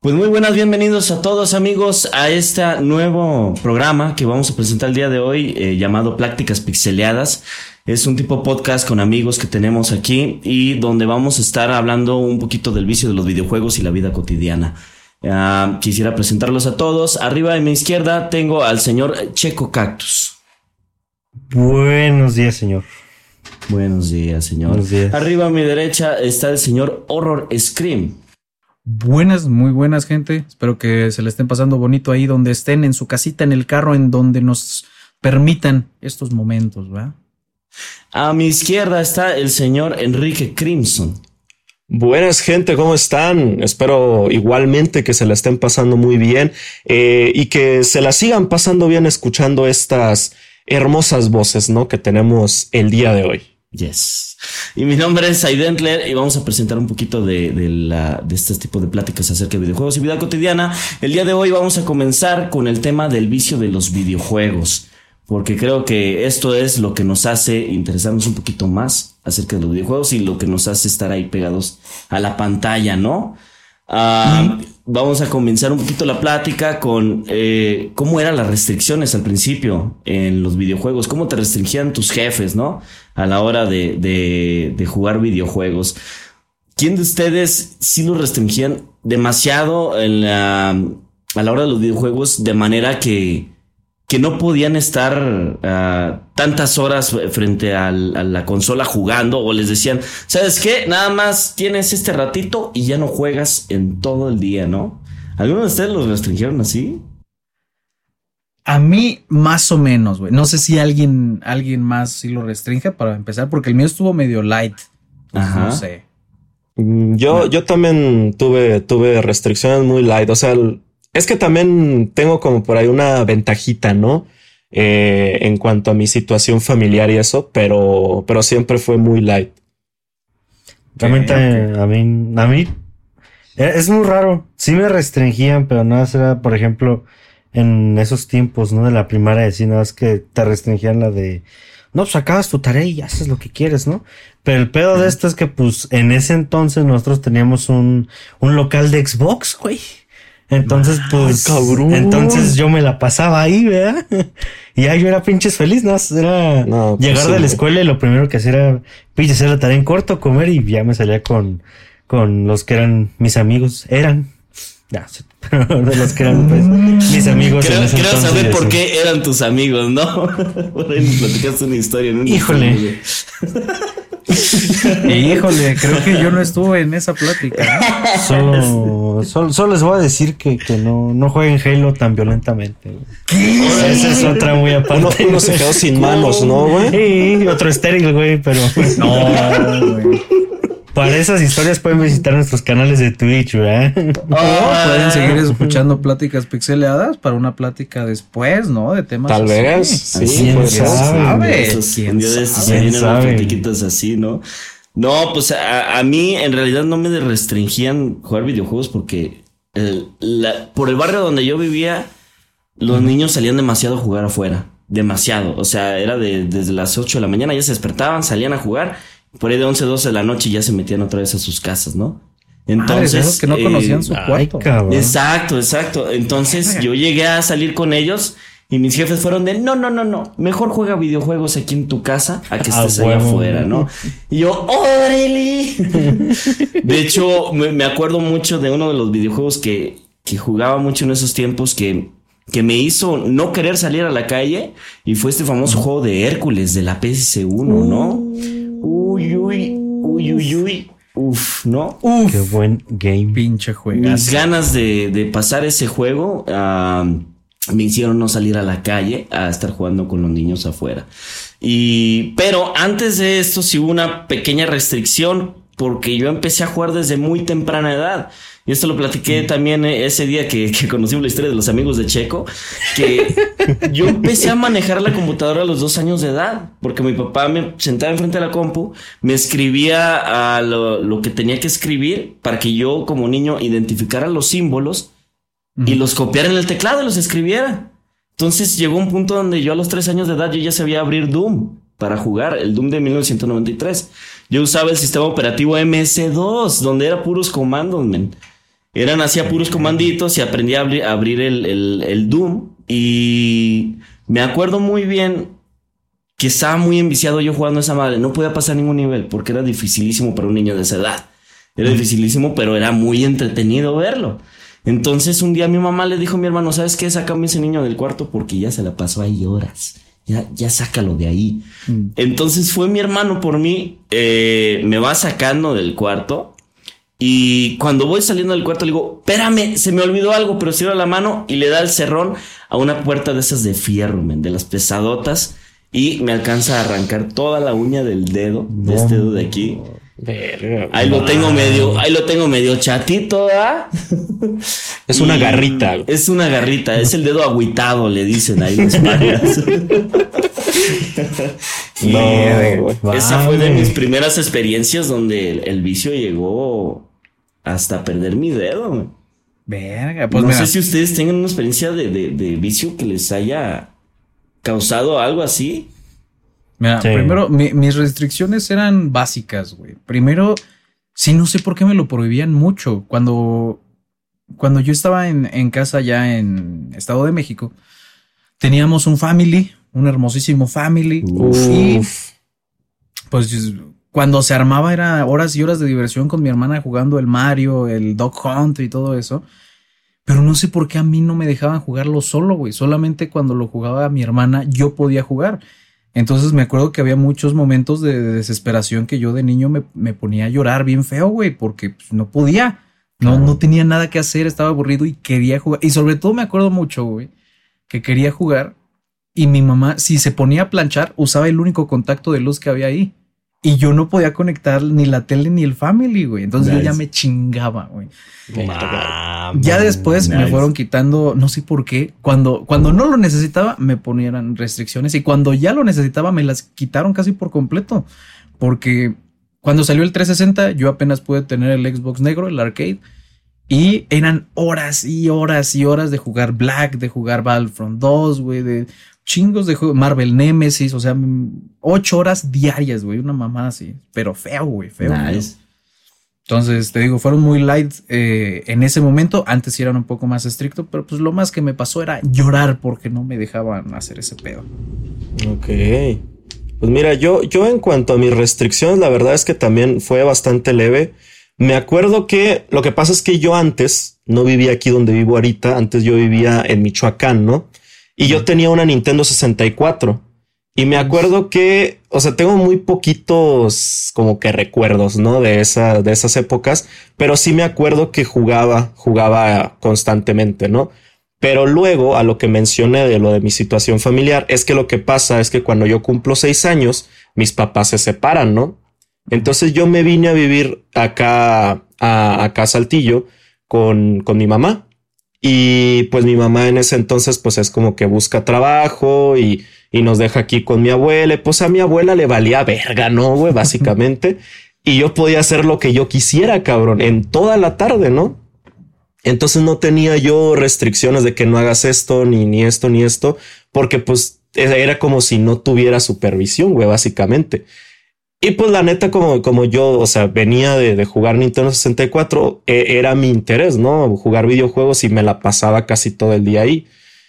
Pues muy buenas, bienvenidos a todos amigos a este nuevo programa que vamos a presentar el día de hoy llamado Pláticas Pixeleadas. Es un tipo podcast con amigos que tenemos aquí y donde vamos a estar hablando un poquito del vicio de los videojuegos y la vida cotidiana. Quisiera presentarlos a todos. Arriba de mi izquierda tengo al señor Checo Cactus. Buenos días, señor. Buenos días, señor. Buenos días. Arriba a mi derecha está el señor Horror Scream. Buenas, muy buenas, gente. Espero que se le estén pasando bonito ahí donde estén, en su casita, en el carro, en donde nos permitan estos momentos, ¿verdad? A mi izquierda está el señor Enrique Crimson. Buenas, gente, ¿cómo están? Espero igualmente que se la estén pasando muy bien y que se la sigan pasando bien escuchando estas hermosas voces, ¿no? Que tenemos el día de hoy. Yes. Y mi nombre es Aidentler y vamos a presentar un poquito de este tipo de pláticas acerca de videojuegos y vida cotidiana. El día de hoy vamos a comenzar con el tema del vicio de los videojuegos, porque creo que esto es lo que nos hace interesarnos un poquito más acerca de los videojuegos y lo que nos hace estar ahí pegados a la pantalla, ¿no? Vamos a comenzar un poquito la plática con cómo eran las restricciones al principio en los videojuegos, cómo te restringían tus jefes, ¿no? A la hora de jugar videojuegos. ¿Quién de ustedes sí los restringían demasiado a la hora de los videojuegos de manera que no podían estar tantas horas frente a la consola jugando, o les decían, ¿sabes qué? Nada más tienes este ratito y ya no juegas en todo el día, ¿no? ¿Alguno de ustedes los restringieron así? A mí, más o menos, güey. No sé si alguien más sí lo restringe para empezar, porque el mío estuvo medio light. Ajá. No sé. Yo también tuve restricciones muy light, o sea, es que también tengo como por ahí una ventajita, ¿no? En cuanto a mi situación familiar y eso, pero siempre fue muy light. Realmente a mí es muy raro. Sí me restringían, pero nada, era, por ejemplo, en esos tiempos, ¿no? De la primaria, decir, nada, es que te restringían la de, no, pues acabas tu tarea y haces lo que quieres, ¿no? Pero el pedo de esto es que, pues, en ese entonces nosotros teníamos un local de Xbox, güey. Entonces, pues, cabrón. Entonces yo me la pasaba ahí, ¿verdad? Y ya yo era pinches feliz, ¿no? Era llegar de la escuela y lo primero que hacía era pinches hacer la tarea en corto, comer, y ya me salía con los que eran mis amigos. De los que eran, pues, mis amigos. Creo saber por qué eran tus amigos, ¿no? Por ahí nos platicaste una historia. Híjole. Híjole, creo que yo no estuve en esa plática, ¿no? Solo les voy a decir que no jueguen Halo tan violentamente. ¿Qué? Esa es otra muy aparte. Uno se quedó sin manos, ¿no, güey? Sí, otro estéril, güey, pero no, güey. Para esas historias pueden visitar nuestros canales de Twitch, ¿verdad? Pueden seguir escuchando Pláticas Pixeleadas para una plática después, ¿no? De temas Tal así. vez, sí, ¿Quién sabe? Un día de estos se vienen unas platiquitas así, ¿no? No, pues a mí en realidad no me restringían jugar videojuegos porque por el barrio donde yo vivía, los niños salían demasiado a jugar afuera. Demasiado. O sea, era desde las 8 de la mañana, ya se despertaban, salían a jugar. Por ahí de 11, 12 de la noche ya se metían otra vez a sus casas, ¿no? Entonces, esos que no conocían su cuarto. Exacto. Entonces yo llegué a salir con ellos y mis jefes fueron de no. Mejor juega videojuegos aquí en tu casa a que estés allá afuera, ¿no? Y yo, ¡órale! De hecho, me acuerdo mucho de uno de los videojuegos que jugaba mucho en esos tiempos que me hizo no querer salir a la calle, y fue este famoso juego de Hércules de la PS1, ¿no? Uy. Uf, ¿no? Uf. Qué buen game. Pinche juego. Mis ganas de pasar ese juego me hicieron no salir a la calle a estar jugando con los niños afuera. Pero antes de esto sí hubo una pequeña restricción, porque yo empecé a jugar desde muy temprana edad. Y esto lo platiqué también ese día que conocimos la historia de los amigos de Checo, que yo empecé a manejar la computadora a los 2 años de edad, porque mi papá me sentaba enfrente de la compu, me escribía a lo que tenía que escribir para que yo como niño identificara los símbolos y los copiara en el teclado y los escribiera. Entonces llegó un punto donde yo a los 3 años de edad yo ya sabía abrir Doom para jugar, el Doom de 1993. Yo usaba el sistema operativo MS2, donde era puros comandos, men. Eran así a puros comanditos y aprendí a abrir el Doom. Y me acuerdo muy bien que estaba muy enviciado yo jugando a esa madre. No podía pasar ningún nivel porque era dificilísimo para un niño de esa edad. Era dificilísimo, pero era muy entretenido verlo. Entonces un día mi mamá le dijo a mi hermano, ¿sabes qué? Sácame ese niño del cuarto porque ya se la pasó ahí horas. Ya sácalo de ahí. Entonces fue mi hermano por mí, me va sacando del cuarto. Y cuando voy saliendo del cuarto le digo, espérame, se me olvidó algo, pero cierra la mano y le da el cerrón a una puerta de esas de fierro, de las pesadotas, y me alcanza a arrancar toda la uña del dedo, de este dedo de aquí. Verga, Ahí lo tengo medio chatito, ¿ah? Es una garrita. Es una garrita, es el dedo agüitado, le dicen ahí los padres. Esa fue de mis primeras experiencias donde el vicio llegó hasta perder mi dedo, güey. Verga, pues no mira, sé si ustedes tengan una experiencia de vicio que les haya causado algo así. Mira, Sí. primero, mis restricciones eran básicas, güey. Primero, sí, no sé por qué me lo prohibían mucho. Cuando yo estaba en casa ya en Estado de México, teníamos un family, un hermosísimo family. Y pues cuando se armaba era horas y horas de diversión con mi hermana jugando el Mario, el Dog Hunt y todo eso. Pero no sé por qué a mí no me dejaban jugarlo solo, güey. Solamente cuando lo jugaba mi hermana yo podía jugar. Entonces me acuerdo que había muchos momentos de desesperación que yo de niño me ponía a llorar bien feo, güey, porque pues, no podía. No tenía nada que hacer, estaba aburrido y quería jugar. Y sobre todo me acuerdo mucho, güey, que quería jugar y mi mamá, si se ponía a planchar, usaba el único contacto de luz que había ahí. Y yo no podía conectar ni la tele ni el family, güey. Entonces yo ya me chingaba, güey. Ya después me fueron quitando, no sé por qué. Cuando no lo necesitaba, me ponían restricciones. Y cuando ya lo necesitaba, me las quitaron casi por completo. Porque cuando salió el 360, yo apenas pude tener el Xbox negro, el arcade. Y eran horas y horas y horas de jugar Black, de jugar Battlefront 2, güey, de chingos de juego, Marvel Nemesis, o sea, 8 horas diarias, güey, una mamá así, pero feo, güey, feo. Nice. Entonces, te digo, fueron muy light en ese momento, antes sí eran un poco más estrictos, pero pues lo más que me pasó era llorar porque no me dejaban hacer ese pedo. Ok. Pues mira, yo en cuanto a mis restricciones, la verdad es que también fue bastante leve. Me acuerdo que lo que pasa es que yo antes no vivía aquí donde vivo ahorita, antes yo vivía en Michoacán, ¿no? Y yo tenía una Nintendo 64 y me acuerdo que, o sea, tengo muy poquitos como que recuerdos, ¿no? De esas épocas, pero sí me acuerdo que jugaba constantemente, ¿no? Pero luego a lo que mencioné de lo de mi situación familiar es que lo que pasa es que cuando yo cumplo 6 años, mis papás se separan, ¿no? Entonces yo me vine a vivir acá a Saltillo con mi mamá. Y pues mi mamá en ese entonces pues es como que busca trabajo y nos deja aquí con mi abuela. Pues a mi abuela le valía verga, ¿no, güey? Básicamente. Y yo podía hacer lo que yo quisiera, cabrón, en toda la tarde, ¿no? Entonces no tenía yo restricciones de que no hagas esto, ni esto, porque pues era como si no tuviera supervisión, güey, básicamente. Y pues la neta, como yo, o sea, venía de jugar Nintendo 64, era mi interés, ¿no? Jugar videojuegos y me la pasaba casi todo el día ahí.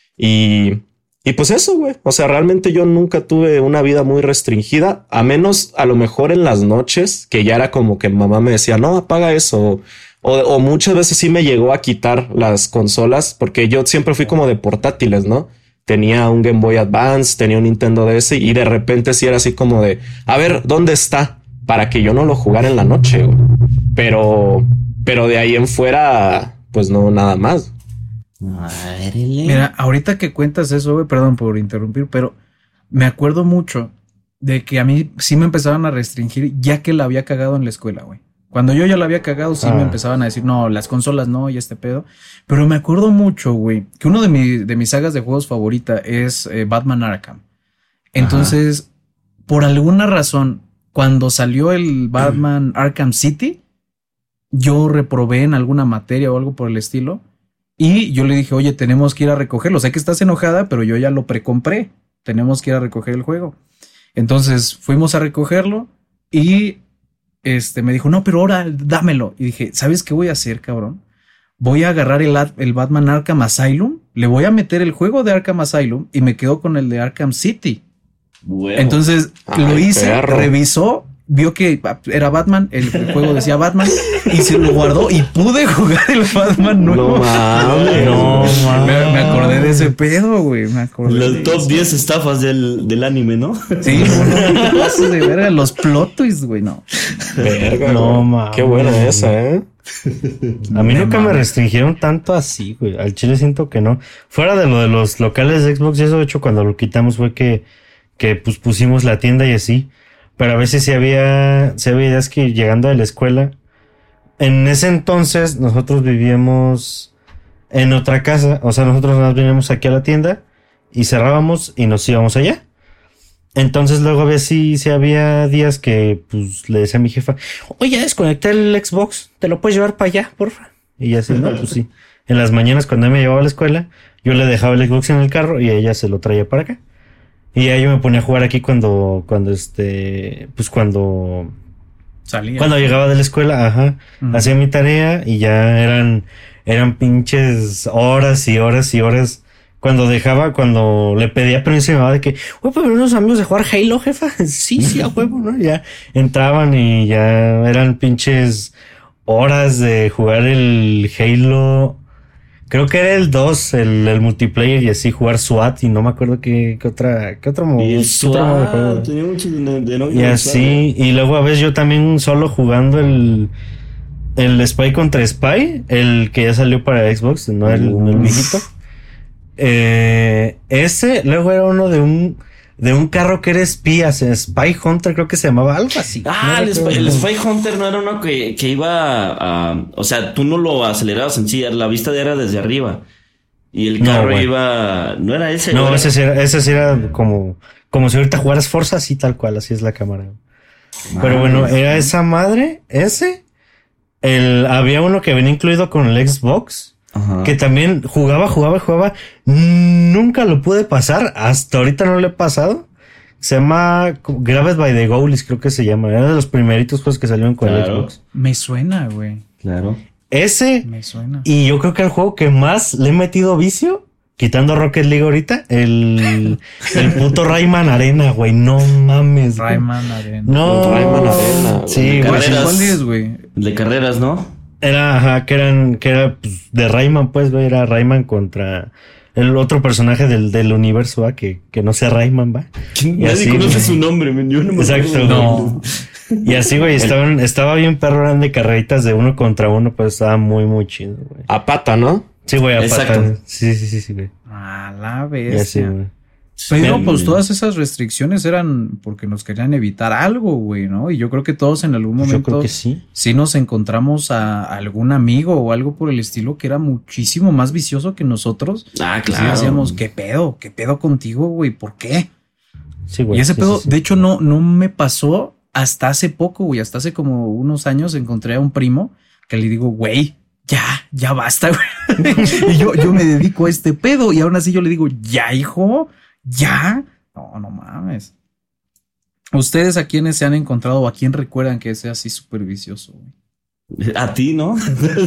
Y pues eso, güey. O sea, realmente yo nunca tuve una vida muy restringida, a menos a lo mejor en las noches, que ya era como que mamá me decía, no, apaga eso. O muchas veces sí me llegó a quitar las consolas, porque yo siempre fui como de portátiles, ¿no? Tenía un Game Boy Advance, tenía un Nintendo DS y de repente sí era así como de, a ver, ¿dónde está? Para que yo no lo jugara en la noche, güey. Pero de ahí en fuera, pues no, nada más. Mira, ahorita que cuentas eso, güey, perdón por interrumpir, pero me acuerdo mucho de que a mí sí me empezaban a restringir ya que la había cagado en la escuela, güey. Cuando yo ya la había cagado, sí me empezaban a decir, no, las consolas no, y este pedo. Pero me acuerdo mucho, güey, que uno de mis sagas de juegos favorita es Batman Arkham. Entonces, por alguna razón, cuando salió el Batman Arkham City, yo reprobé en alguna materia o algo por el estilo. Y yo le dije, oye, tenemos que ir a recogerlo. Sé que estás enojada, pero yo ya lo precompré. Tenemos que ir a recoger el juego. Entonces fuimos a recogerlo y me dijo, no, pero ahora dámelo. Y dije, ¿sabes qué voy a hacer, cabrón? voy a agarrar el Batman Arkham Asylum, le voy a meter el juego de Arkham Asylum y me quedo con el de Arkham City. Huevo. Entonces lo hice, revisó, vio que era Batman, el juego decía Batman y se lo guardó y pude jugar el Batman nuevo. No mames. No, Me acordé de ese pedo, güey. Me acordé. Los top 10 estafas del anime, ¿no? Sí, no te pases de verga, los plot twists, güey, no. Verga, No, güey. mames. Qué buena esa, A mí nunca me restringieron tanto así, güey. Al chile siento que no. Fuera de lo de los locales de Xbox, y eso de hecho cuando lo quitamos fue que pues pusimos la tienda y así. Pero a veces sí había ideas que llegando de la escuela. En ese entonces nosotros vivíamos en otra casa. O sea, nosotros nos veníamos aquí a la tienda y cerrábamos y nos íbamos allá. Entonces luego había sí había días que pues le decía a mi jefa, oye, desconecté el Xbox, ¿te lo puedes llevar para allá, porfa? Y así, no, pues sí. En las mañanas cuando me llevaba a la escuela, yo le dejaba el Xbox en el carro y ella se lo traía para acá. Y ahí yo me ponía a jugar aquí cuando Salía. cuando llegaba de la escuela, ajá, hacía mi tarea y ya eran pinches horas y horas y horas. Cuando le pedía permiso a mi mamá de que, güey, pues unos amigos de jugar Halo, jefa. Sí, a huevo, ¿no? Ya entraban y ya eran pinches horas de jugar el Halo. Creo que era el 2, el multiplayer y así jugar SWAT y no me acuerdo qué otro modo. Y el qué otro modo de juego. SWAT, tenía mucho de no. Y así, y luego a veces yo también solo jugando el Spy contra Spy, el que ya salió para Xbox, no el viejito. Ese, luego era uno de un carro que era espías, Spy Hunter creo que se llamaba, algo así. Ah, no el Spy Hunter no era uno que iba a... O sea, tú no lo acelerabas en sí, la vista era desde arriba. Y el carro güey. iba... ¿No era ese? No, ¿era? ese sí era como si ahorita jugaras Forza, así tal cual, así es la cámara. Pero bueno, era esa madre, había uno que venía incluido con el Xbox. Ajá. Que también jugaba. Nunca lo pude pasar. Hasta ahorita no lo he pasado. Se llama Grabbed by the Goalies, creo que se llama. Era de los primeritos juegos que salieron con el Xbox. Me suena, güey. Claro. Ese. Me suena. Y yo creo que el juego que más le he metido vicio, quitando Rocket League ahorita, el puto Rayman Arena, güey. No mames. Rayman Arena. No. Rayman Arena. Sí, güey. ¿Cuál es, güey? De carreras, ¿no? Era, que era pues, de Rayman, pues, güey, era Rayman contra el otro personaje del universo, ¿va? Que no sea Rayman, ¿va? Nadie así, conoce güey. su nombre, man. Yo no me Exacto, acuerdo. no. Y así, güey, estaba bien perro, eran de carreritas de uno contra uno, pero estaba muy, muy chido, güey. A pata, ¿no? Sí, güey, Exacto. aparte. Sí, güey. A la Y así, bestia. güey. Pero pues todas esas restricciones eran porque nos querían evitar algo, güey, ¿no? Y yo creo que todos en algún momento Yo creo que sí. sí nos encontramos a algún amigo o algo por el estilo que era muchísimo más vicioso que nosotros. Ah, Sí claro. decíamos, ¿qué pedo contigo, güey? ¿Por qué? Sí, güey. Y ese sí, pedo, sí. de hecho, no me pasó hasta hace poco, güey. Hasta hace como unos años encontré a un primo que le digo, güey, ya basta, güey. Y yo me dedico a este pedo y aún así yo le digo, ya, hijo, ya. No mames. ¿Ustedes a quiénes se han encontrado o a quién recuerdan que sea así súper vicioso, güey? A ti, ¿no?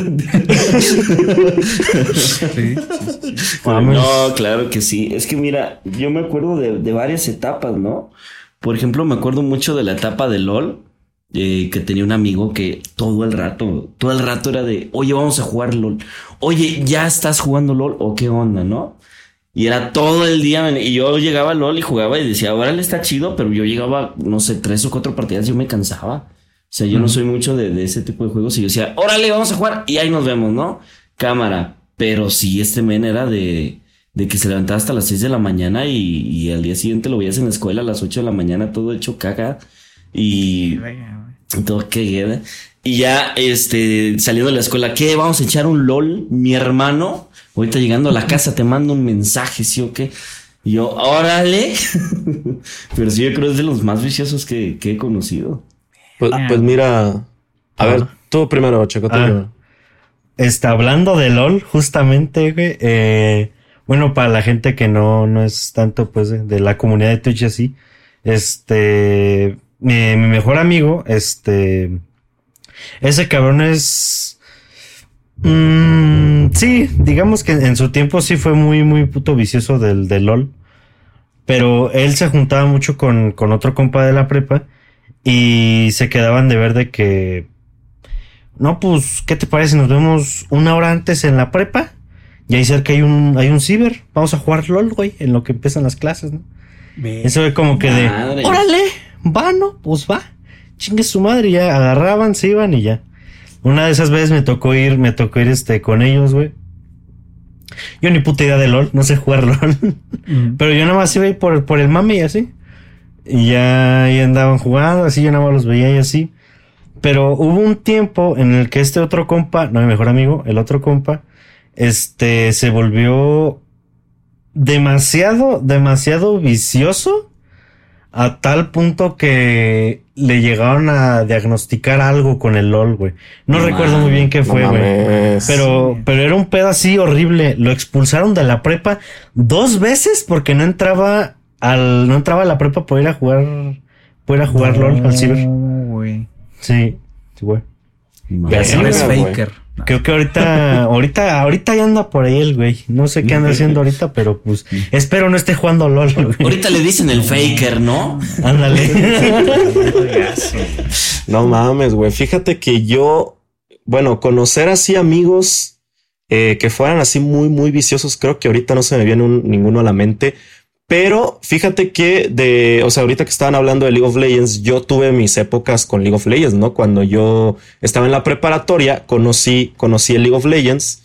Sí. No, claro que sí. Es que mira, yo me acuerdo de varias etapas, ¿no? Por ejemplo, me acuerdo mucho de la etapa de LOL, que tenía un amigo que todo el rato era de, oye, vamos a jugar LOL. Oye, ¿ya estás jugando LOL o qué onda, no? Y era todo el día, y yo llegaba a LOL y jugaba y decía, órale, está chido, pero yo llegaba, no sé, 3 o 4 partidas y yo me cansaba. O sea, yo no soy mucho de ese tipo de juegos y yo decía, órale, vamos a jugar y ahí nos vemos, ¿no? Cámara. Pero sí, este men era de que se levantaba hasta las 6 de la mañana y al día siguiente lo veías en la escuela a las 8 de la mañana todo hecho caca y todo que y ya saliendo de la escuela, ¿qué? Vamos a echar un LOL, mi hermano. Ahorita llegando a la casa te mando un mensaje, ¿sí o qué? Y yo, órale. Pero sí, yo creo que es de los más viciosos que he conocido. Pues mira, a ver, tú primero, Checo. Hablando de LOL, justamente, güey, bueno, para la gente que no es tanto, pues, de la comunidad de Twitch y así, mi mejor amigo, ese cabrón es, Sí, digamos que en su tiempo sí fue muy, muy puto vicioso del LOL. Pero él se juntaba mucho con otro compa de la prepa y se quedaban de ver de que... No, pues, ¿qué te parece? Nos vemos una hora antes en la prepa y ahí cerca hay un ciber. Vamos a jugar LOL, güey, en lo que empiezan las clases, ¿no? Eso es como que Madre. de... ¡Órale! ¿Va, no? Pues va. Chingue su madre. Y ya agarraban, se iban y ya. Una de esas veces me tocó ir con ellos, güey. Yo ni puta idea de LOL, no sé jugar LOL. Pero yo nada más iba a ir por el mame y así. Y ya ahí andaban jugando, así yo nada más los veía y así. Pero hubo un tiempo en el que este otro compa, no mi mejor amigo, el otro compa, se volvió demasiado vicioso. A tal punto que le llegaron a diagnosticar algo con el LOL, güey. No recuerdo muy bien qué fue, güey. Pero era un pedo así horrible. Lo expulsaron de la prepa 2 veces porque no entraba a la prepa por ir a jugar LOL al ciber. Güey. Sí, güey. Es faker. Creo que ahorita ya anda por ahí el güey. No sé qué anda haciendo ahorita, pero pues espero no esté jugando LOL, güey. Ahorita le dicen el faker, ¿no? Ándale. No mames, güey. Fíjate que conocer así amigos que fueran así muy, muy viciosos, creo que ahorita no se me viene ninguno a la mente. Pero fíjate que ahorita que estaban hablando de League of Legends, yo tuve mis épocas con League of Legends, ¿no? Cuando yo estaba en la preparatoria, conocí el League of Legends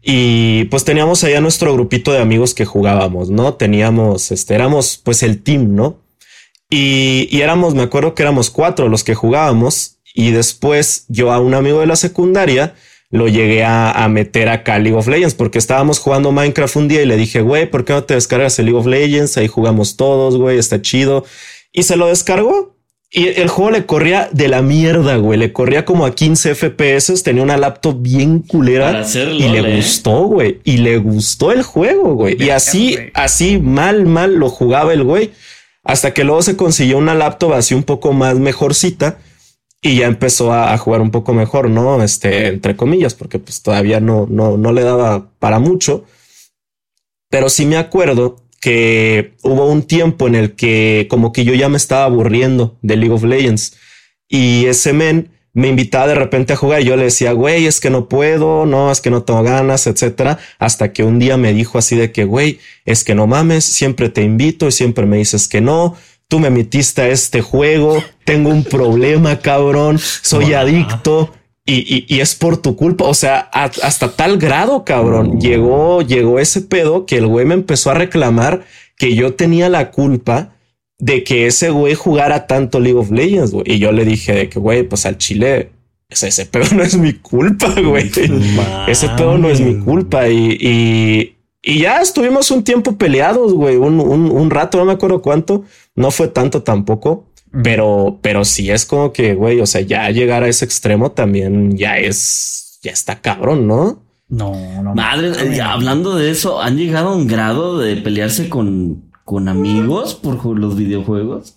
y pues teníamos allá nuestro grupito de amigos que jugábamos, ¿no? Éramos pues el team, ¿no? Y me acuerdo que éramos 4 los que jugábamos y después yo a un amigo de la secundaria lo llegué a meter acá a League of Legends porque estábamos jugando Minecraft un día y le dije, güey, ¿por qué no te descargas el League of Legends? Ahí jugamos todos, güey, está chido. Y se lo descargó y el juego le corría de la mierda, güey. Le corría como a 15 FPS, tenía una laptop bien culera y le gustó, güey. Y le gustó el juego, güey. Y así mal lo jugaba el güey. Hasta que luego se consiguió una laptop así un poco más mejorcita. Y ya empezó a jugar un poco mejor, ¿no? Entre comillas, porque pues todavía no le daba para mucho. Pero sí me acuerdo que hubo un tiempo en el que como que yo ya me estaba aburriendo de League of Legends. Y ese men me invitaba de repente a jugar y yo le decía, güey, es que no puedo, no, es que no tengo ganas, etcétera. Hasta que un día me dijo así de que, güey, es que no mames, siempre te invito y siempre me dices que no. Tú me metiste a este juego, tengo un problema, cabrón, soy adicto y es por tu culpa. O sea, hasta tal grado, cabrón, llegó ese pedo que el güey me empezó a reclamar que yo tenía la culpa de que ese güey jugara tanto League of Legends, güey. Y yo le dije de que, güey, pues al chile, ese pedo no es mi culpa, güey. Ese pedo no es mi culpa y ya estuvimos un tiempo peleados, güey, un rato, no me acuerdo cuánto, no fue tanto tampoco, pero sí es como que, güey, o sea, ya llegar a ese extremo también ya está cabrón, ¿no? No. Madre, hablando de eso, ¿han llegado a un grado de pelearse con amigos por los videojuegos?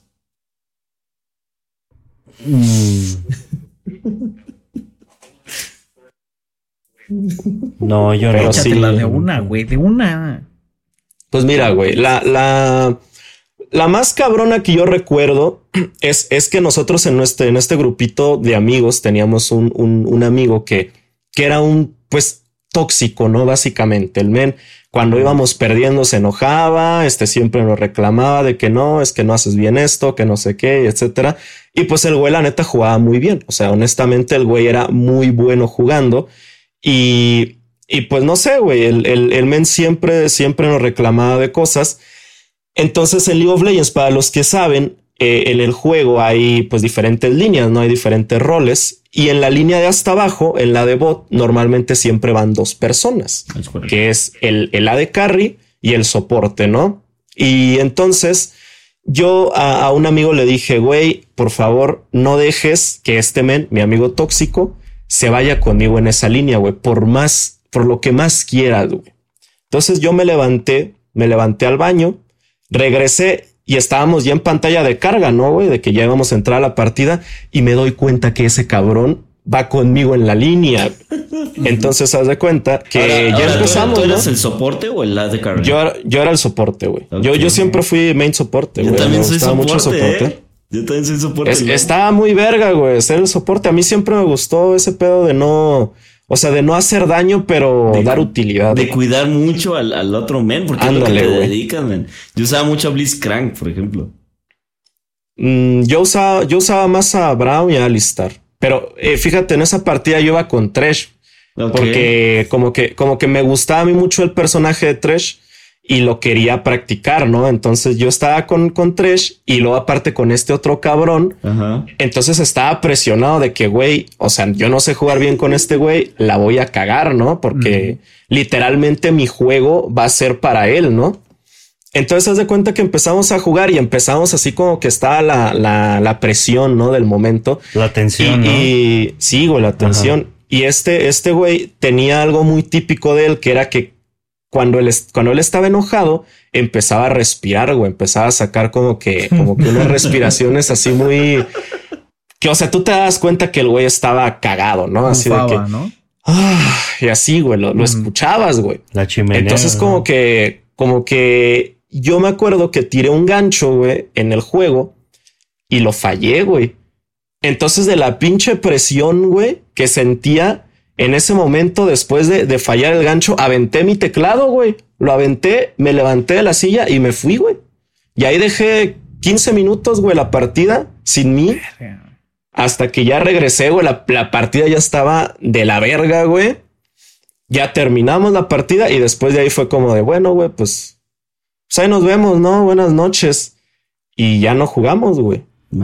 No, yo pero no. Échatela de una, güey, de una. Pues mira, güey, la más cabrona que yo recuerdo es que nosotros en este grupito de amigos teníamos un amigo que era un pues tóxico, ¿no? Básicamente el men cuando íbamos perdiendo se enojaba, siempre nos reclamaba de que no, es que no haces bien esto, que no sé qué, etcétera. Y pues el güey la neta jugaba muy bien. O sea, honestamente el güey era muy bueno jugando y pues no sé, güey, el men siempre nos reclamaba de cosas. Entonces en League of Legends, para los que saben, en el juego hay pues diferentes líneas, no hay diferentes roles. Y en la línea de hasta abajo, en la de bot, normalmente siempre van 2 personas, que es el AD Carry y el soporte, ¿no? Y entonces yo a un amigo le dije, güey, por favor, no dejes que men, mi amigo tóxico, se vaya conmigo en esa línea, güey, por lo que más quieras, güey. Entonces yo me levanté al baño, regresé y estábamos ya en pantalla de carga, ¿no, güey? De que ya íbamos a entrar a la partida y me doy cuenta que ese cabrón va conmigo en la línea. Entonces, haz de cuenta que ya empezamos. ¿Tú ¿no? eres el soporte o el AD carry? Yo era el soporte, güey. Okay. Yo siempre fui main soporte, güey. Yo también Me soy gustaba soporte, mucho el soporte. Yo también soy soporte. ¿no? Estaba muy verga, güey, ser el soporte. A mí siempre me gustó ese pedo de no... O sea, de no hacer daño, pero dar utilidad. De cuidar mucho al otro men, porque Ándale, es lo que te güey. dedicas, men. Yo usaba mucho a Blitzcrank, por ejemplo. Yo usaba más a Braum y a Alistar. Pero fíjate, en esa partida yo iba con Thresh. Ok. Porque como que me gustaba a mí mucho el personaje de Thresh y lo quería practicar, ¿no? Entonces yo estaba con Thresh y luego aparte con este otro cabrón. Ajá. Entonces estaba presionado de que, güey, o sea, yo no sé jugar bien con este güey, la voy a cagar, ¿no? Porque literalmente mi juego va a ser para él, ¿no? Entonces haz de cuenta que empezamos a jugar y empezamos así como que estaba la presión, ¿no? Del momento. La tensión, ¿no? Y sí, güey, la tensión. Ajá. Y este güey tenía algo muy típico de él, que era que cuando él estaba enojado, empezaba a respirar, güey, empezaba a sacar como que unas respiraciones así muy... Que, o sea, tú te das cuenta que el güey estaba cagado, ¿no? Así Bufaba, de que... ¿no? Y así, güey, lo escuchabas, güey. La chimenea. Entonces como que yo me acuerdo que tiré un gancho, güey, en el juego y lo fallé, güey. Entonces de la pinche presión, güey, que sentía en ese momento después de fallar el gancho, aventé mi teclado, güey. Lo aventé, me levanté de la silla y me fui, güey. Y ahí dejé 15 minutos, güey, la partida sin mí. Hasta que ya regresé, güey. La partida ya estaba de la verga, güey. Ya terminamos la partida y después de ahí fue como de, bueno, güey, pues ahí nos vemos, ¿no? Buenas noches. Y ya no jugamos, güey.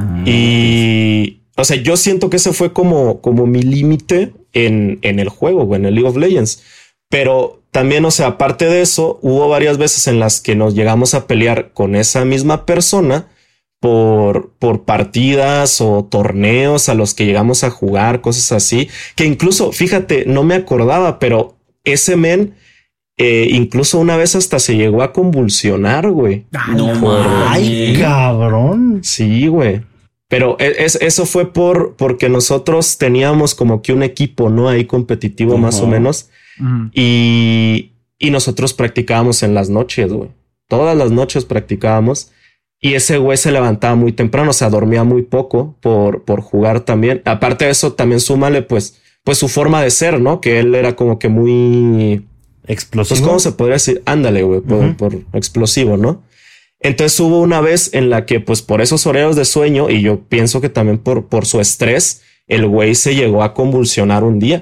Y, o sea, yo siento que ese fue como mi límite en el juego, güey, en el League of Legends. Pero también, o sea, aparte de eso, hubo varias veces en las que nos llegamos a pelear con esa misma persona por partidas o torneos a los que llegamos a jugar, cosas así, que incluso, fíjate, no me acordaba, pero ese men incluso una vez hasta se llegó a convulsionar, güey. Ay, cabrón. Sí, güey. Pero eso fue porque nosotros teníamos como que un equipo, ¿no? Ahí competitivo más o menos. Y nosotros practicábamos en las noches, güey. Todas las noches practicábamos. Y ese güey se levantaba muy temprano, o sea, dormía muy poco por jugar también. Aparte de eso, también súmale pues su forma de ser, ¿no? Que él era como que muy... explosivo. Pues, ¿cómo se podría decir? Ándale, güey, por explosivo, ¿no? Entonces hubo una vez en la que, pues, por esos horarios de sueño, y yo pienso que también por su estrés, el güey se llegó a convulsionar un día.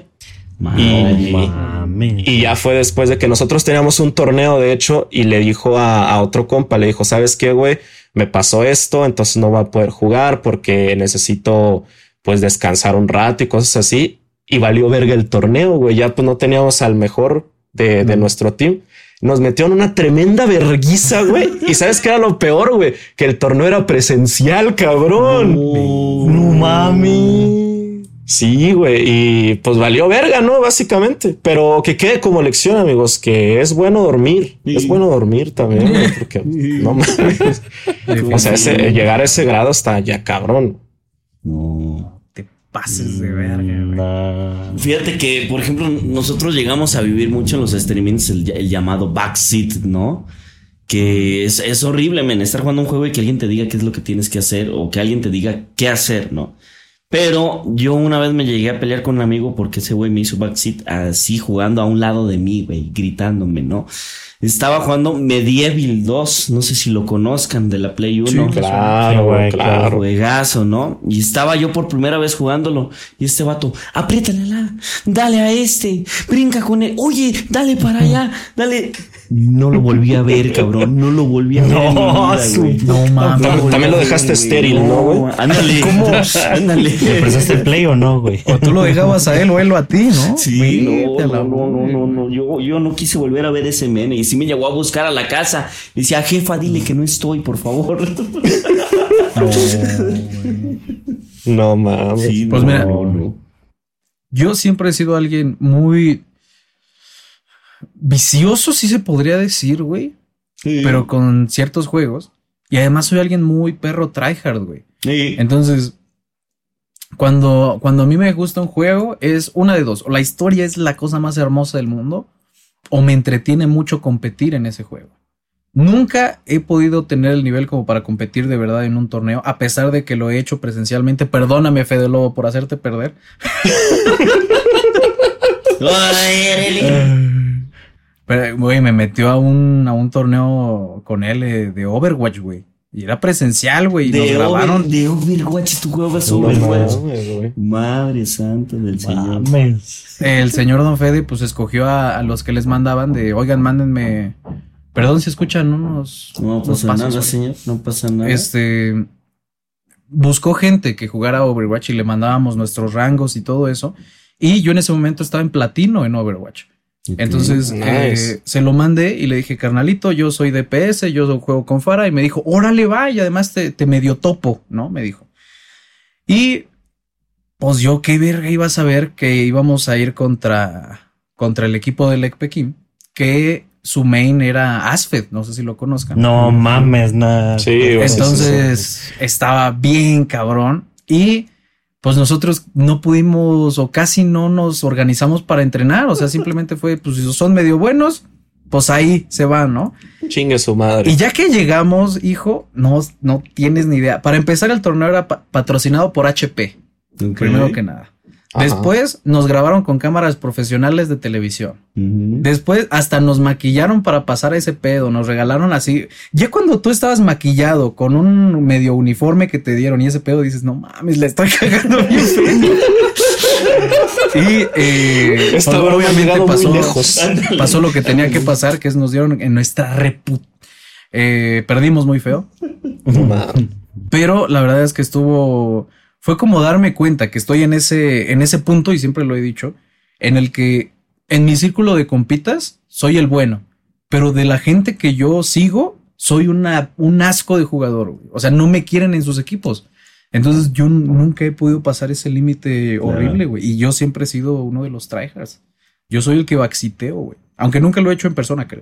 Y ya fue después de que nosotros teníamos un torneo, de hecho, y le dijo a otro compa, le dijo, ¿sabes qué, güey? Me pasó esto, entonces no va a poder jugar porque necesito, pues, descansar un rato y cosas así. Y valió verga el torneo, güey. Ya, pues, no teníamos al mejor de nuestro team. Nos metieron una tremenda verguiza, güey. Y ¿sabes qué era lo peor, güey? Que el torneo era presencial, cabrón. No mami. Sí, güey. Y pues valió verga, ¿no? Básicamente. Pero que quede como lección, amigos, que es bueno dormir. Sí. Es bueno dormir también, güey, porque no mames. O sea, llegar a ese grado está ya cabrón. No te pases de verga, güey. Fíjate que, por ejemplo, nosotros llegamos a vivir mucho en los streamings el llamado backseat, ¿no? Que es horrible, men, estar jugando un juego y que alguien te diga qué es lo que tienes que hacer o que alguien te diga qué hacer, ¿no? Pero yo una vez me llegué a pelear con un amigo porque ese güey me hizo backseat así jugando a un lado de mí, güey, gritándome, ¿no? Estaba jugando Medieval 2, no sé si lo conozcan, de la Play 1. Sí, claro, güey, claro. Juegazo, ¿no? Y estaba yo por primera vez jugándolo y este vato, apriétale dale a este, brinca con él, oye, dale para allá, dale. No lo volví a ver, cabrón, no lo volví a ver. No mames. También lo dejaste estéril, ¿no, güey? Ándale. ¿Cómo? Ándale. ¿Le prestaste el Play o no, güey? O tú lo dejabas a él o él a ti, ¿no? Sí, no. Yo no quise volver a ver ese men y sí me llegó a buscar a la casa. Le decía, jefa, dile que no estoy, por favor. No mames. Sí, pues mira, yo siempre he sido alguien muy vicioso, sí se podría decir, güey. Sí. Pero con ciertos juegos. Y además soy alguien muy perro tryhard, güey. Sí. Entonces, Cuando a mí me gusta un juego, es una de dos. O la historia es la cosa más hermosa del mundo, o me entretiene mucho competir en ese juego. Nunca he podido tener el nivel como para competir de verdad en un torneo, a pesar de que lo he hecho presencialmente. Perdóname, Fede Lobo, por hacerte perder. Pero, güey, me metió a un torneo con él de Overwatch, güey. Y era presencial, güey. Y nos grabaron. De Overwatch, tú juegas No Overwatch. mames, güey. Madre santa del Señor. Mames. El señor Don Fede, pues escogió a los que les mandaban de, oigan, mándenme. Perdón si escuchan unos. No unos pasa pasos, nada, güey. señor. No pasa nada. Buscó gente que jugara Overwatch y le mandábamos nuestros rangos y todo eso. Y yo en ese momento estaba en platino en Overwatch. Ok. Entonces Nice. se lo mandé y le dije, carnalito, yo soy DPS, yo juego con Fara. Y me dijo, órale, va. Y además te medio topo, ¿no? Me dijo. Y pues yo qué verga iba a saber que íbamos a ir contra el equipo del Ekpekim, que su main era Asfed, no sé si lo conozcan. No mames, nada. Sí, güey. Entonces estaba bien cabrón y pues nosotros no pudimos o casi no nos organizamos para entrenar, o sea, simplemente fue, pues si son medio buenos, pues ahí se van, ¿no? Chingue su madre. Y ya que llegamos, hijo, no tienes ni idea. Para empezar, el torneo era patrocinado por HP, Ok. primero que nada. Ajá. Después nos grabaron con cámaras profesionales de televisión. Ujú. Después hasta nos maquillaron para pasar a ese pedo, nos regalaron así. Ya cuando tú estabas maquillado con un medio uniforme que te dieron y ese pedo dices, no mames, le estoy cagando bien feo. Y Esta pues, broma ha obviamente llegado muy lejos. pasó lo que tenía que pasar, que es nos dieron en nuestra perdimos muy feo. No mames. Pero la verdad es que fue como darme cuenta que estoy en ese punto, y siempre lo he dicho, en el que en mi círculo de compitas soy el bueno, pero de la gente que yo sigo soy un asco de jugador, güey. O sea, no me quieren en sus equipos. Entonces yo nunca he podido pasar ese límite horrible, güey. Y yo siempre he sido uno de los tryhards. Yo soy el que baxiteo, güey. Aunque nunca lo he hecho en persona, creo.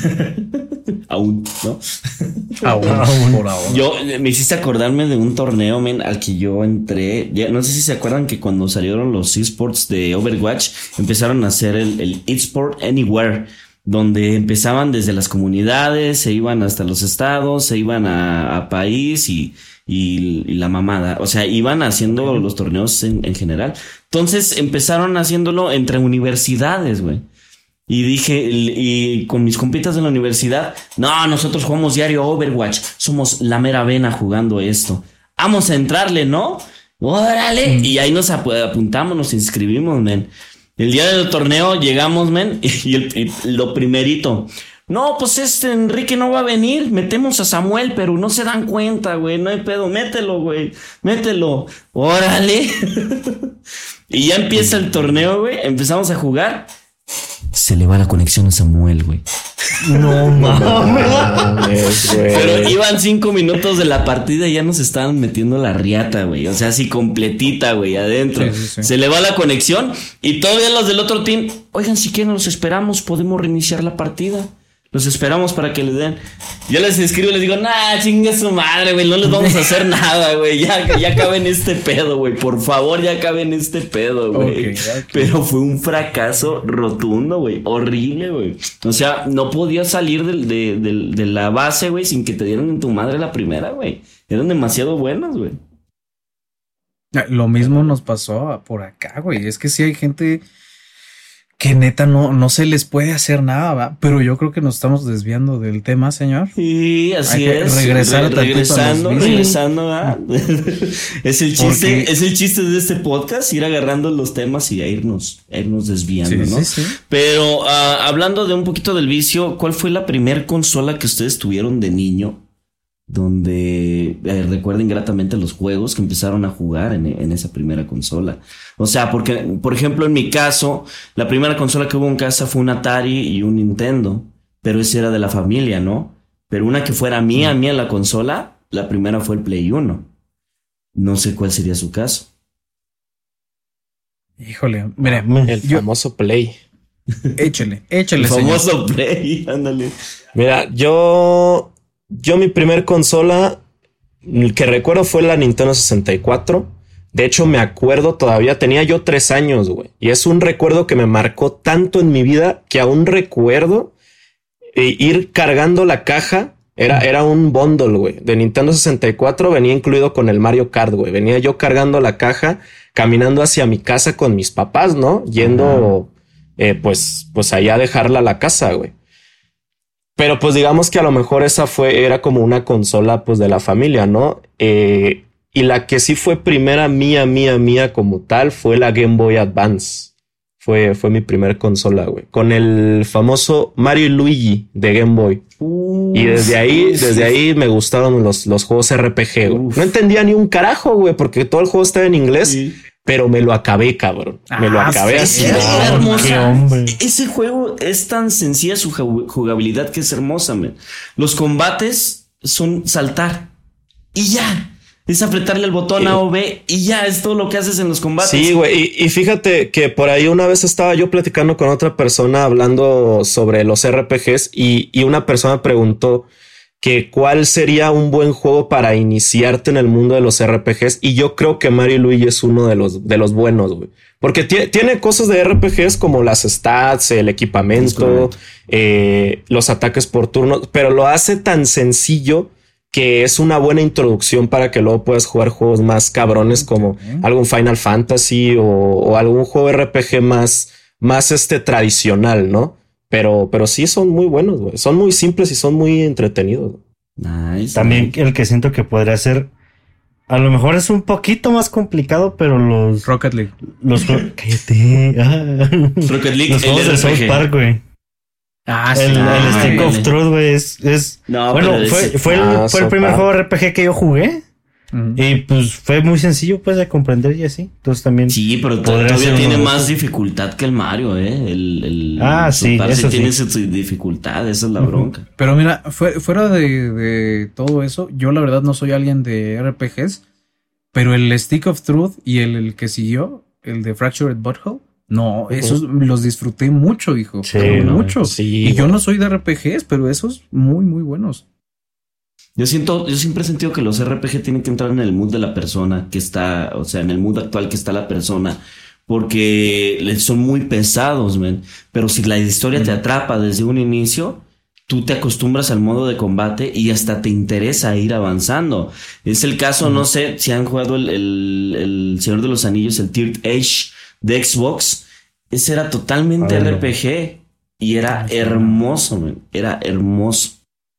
Aún, ¿no? Aún. Por ahora. Yo me hiciste acordarme de un torneo, men, al que yo entré. Ya, no sé si se acuerdan que cuando salieron los esports de Overwatch, empezaron a hacer el eSport Anywhere, donde empezaban desde las comunidades, se iban hasta los estados, se iban a país y la mamada. O sea, iban haciendo los torneos en general. Entonces empezaron haciéndolo entre universidades, güey. Y dije, y con mis compitas de la universidad, no, nosotros jugamos diario Overwatch, somos la mera vena jugando esto. Vamos a entrarle, ¿no? Órale. Y ahí nos apuntamos, nos inscribimos, men. El día del torneo llegamos, men, y lo primerito. No, pues Enrique no va a venir, metemos a Samuel, pero no se dan cuenta, güey, no hay pedo, mételo, güey, mételo. Órale. Y ya empieza el torneo, güey, empezamos a jugar. Se le va la conexión a Samuel, güey. No mames. Mames, güey. Pero iban 5 minutos de la partida y ya nos estaban metiendo la riata, güey. O sea, así completita, güey, adentro. Sí. Se le va la conexión y todavía los del otro team, oigan, si quieren los esperamos, podemos reiniciar la partida. Los esperamos para que le den. Yo les escribo y les digo, nah, chinga su madre, güey, no les vamos a hacer nada, güey. Ya acaben este pedo, güey. Por favor, ya acaben este pedo, güey. Ok. Pero fue un fracaso rotundo, güey. Horrible, güey. O sea, no podías salir de la base, güey, sin que te dieran en tu madre la primera, güey. Eran demasiado buenas, güey. Lo mismo nos pasó por acá, güey. Es que sí hay gente que neta no se les puede hacer nada, ¿va? Pero yo creo que nos estamos desviando del tema, señor. Sí, así Hay que es. regresar Regresando, ¿verdad? Es el chiste, Porque- es el chiste de este podcast, ir agarrando los temas y a irnos desviando, ¿no? Sí. Pero hablando de un poquito del vicio, ¿cuál fue la primer consola que ustedes tuvieron de niño? Donde recuerden gratamente los juegos que empezaron a jugar en esa primera consola. O sea, porque, por ejemplo, en mi caso, la primera consola que hubo en casa fue un Atari y un Nintendo, pero ese era de la familia, ¿no? Pero una que fuera mía la consola, la primera fue el Play 1. No sé cuál sería su caso. Híjole, mire, El famoso Play. échele, El señor. famoso Play, ándale. Mira, yo mi primer consola que recuerdo fue la Nintendo 64. De hecho, me acuerdo todavía, tenía yo 3 años, güey. Y es un recuerdo que me marcó tanto en mi vida que aún recuerdo ir cargando la caja. Era un bundle, güey. De Nintendo 64 venía incluido con el Mario Kart, güey. Venía yo cargando la caja, caminando hacia mi casa con mis papás, ¿no? Yendo, pues allá a dejarla a la casa, güey. Pero pues digamos que a lo mejor era como una consola, pues de la familia, ¿no? Y la que sí fue primera mía como tal fue la Game Boy Advance. Fue mi primer consola, güey. Con el famoso Mario y Luigi de Game Boy. Y desde ahí me gustaron los juegos RPG, güey. No entendía ni un carajo, güey, porque todo el juego estaba en inglés. Sí. Pero me lo acabé, cabrón. Me lo acabé así. Era hermosa. Ese juego es tan sencilla su jugabilidad que es hermosa, man. Los combates son saltar. Y ya. Es apretarle el botón A o B y ya es todo lo que haces en los combates. Sí, güey. Y fíjate que por ahí una vez estaba yo platicando con otra persona hablando sobre los RPGs y una persona preguntó que cuál sería un buen juego para iniciarte en el mundo de los RPGs. Y yo creo que Mario y Luigi es uno de los buenos, güey. Porque tiene cosas de RPGs como las stats, el equipamiento, los ataques por turno, pero lo hace tan sencillo que es una buena introducción para que luego puedas jugar juegos más cabrones como algún Final Fantasy o algún juego RPG más tradicional, ¿no? Pero sí son muy buenos, güey. Son muy simples y son muy entretenidos. Nice. También el que siento que podría ser, a lo mejor es un poquito más complicado, pero los Rocket League. Cállate. Rocket League, los juegos de South Park, güey. Sí. El Stick of Truth, güey, no, bueno, fue el primer juego RPG que yo jugué. Y pues fue muy sencillo pues de comprender y así. Entonces también. Sí, pero todavía tiene más dificultad que el Mario, sí, eso tiene su dificultad, esa es la bronca. Pero mira, fuera de todo eso, yo la verdad no soy alguien de RPGs, pero el Stick of Truth y el que siguió, el de Fractured Butthole, no, esos los disfruté mucho, hijo. Sí, mucho. Sí, y yo no soy de RPGs, pero esos muy, muy buenos. Yo siempre he sentido que los RPG tienen que entrar en el mood de la persona que está, o sea, en el mood actual que está la persona, porque son muy pesados, man. Pero si la historia te atrapa desde un inicio, tú te acostumbras al modo de combate y hasta te interesa ir avanzando. Es el caso, no sé si han jugado el Señor de los Anillos, el Third Age de Xbox. Ese era totalmente RPG y era hermoso, man. Era hermoso.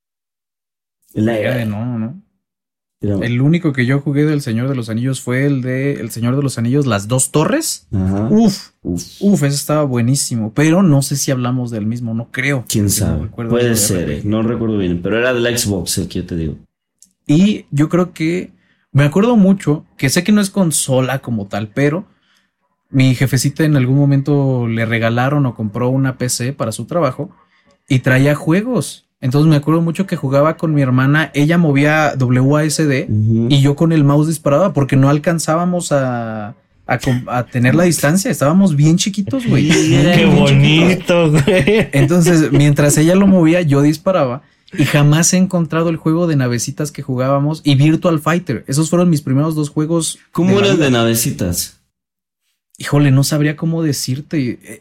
No. El único que yo jugué del Señor de los Anillos fue el de El Señor de los Anillos, Las Dos Torres. Ajá. Ese estaba buenísimo. Pero no sé si hablamos del mismo, no creo. ¿Quién sabe? Puede ser, no recuerdo bien. Pero era de la Xbox el que yo te digo. Y yo creo que me acuerdo mucho, que sé que no es consola como tal, pero mi jefecita en algún momento le regalaron o compró una PC para su trabajo y traía juegos. Entonces me acuerdo mucho que jugaba con mi hermana, ella movía WASD y yo con el mouse disparaba porque no alcanzábamos a tener la distancia, estábamos bien chiquitos, güey. ¡Qué bonito, güey! Entonces, mientras ella lo movía, yo disparaba y jamás he encontrado el juego de navecitas que jugábamos y Virtual Fighter. Esos fueron mis primeros 2 juegos. ¿Cómo era el de navecitas? Híjole, no sabría cómo decirte.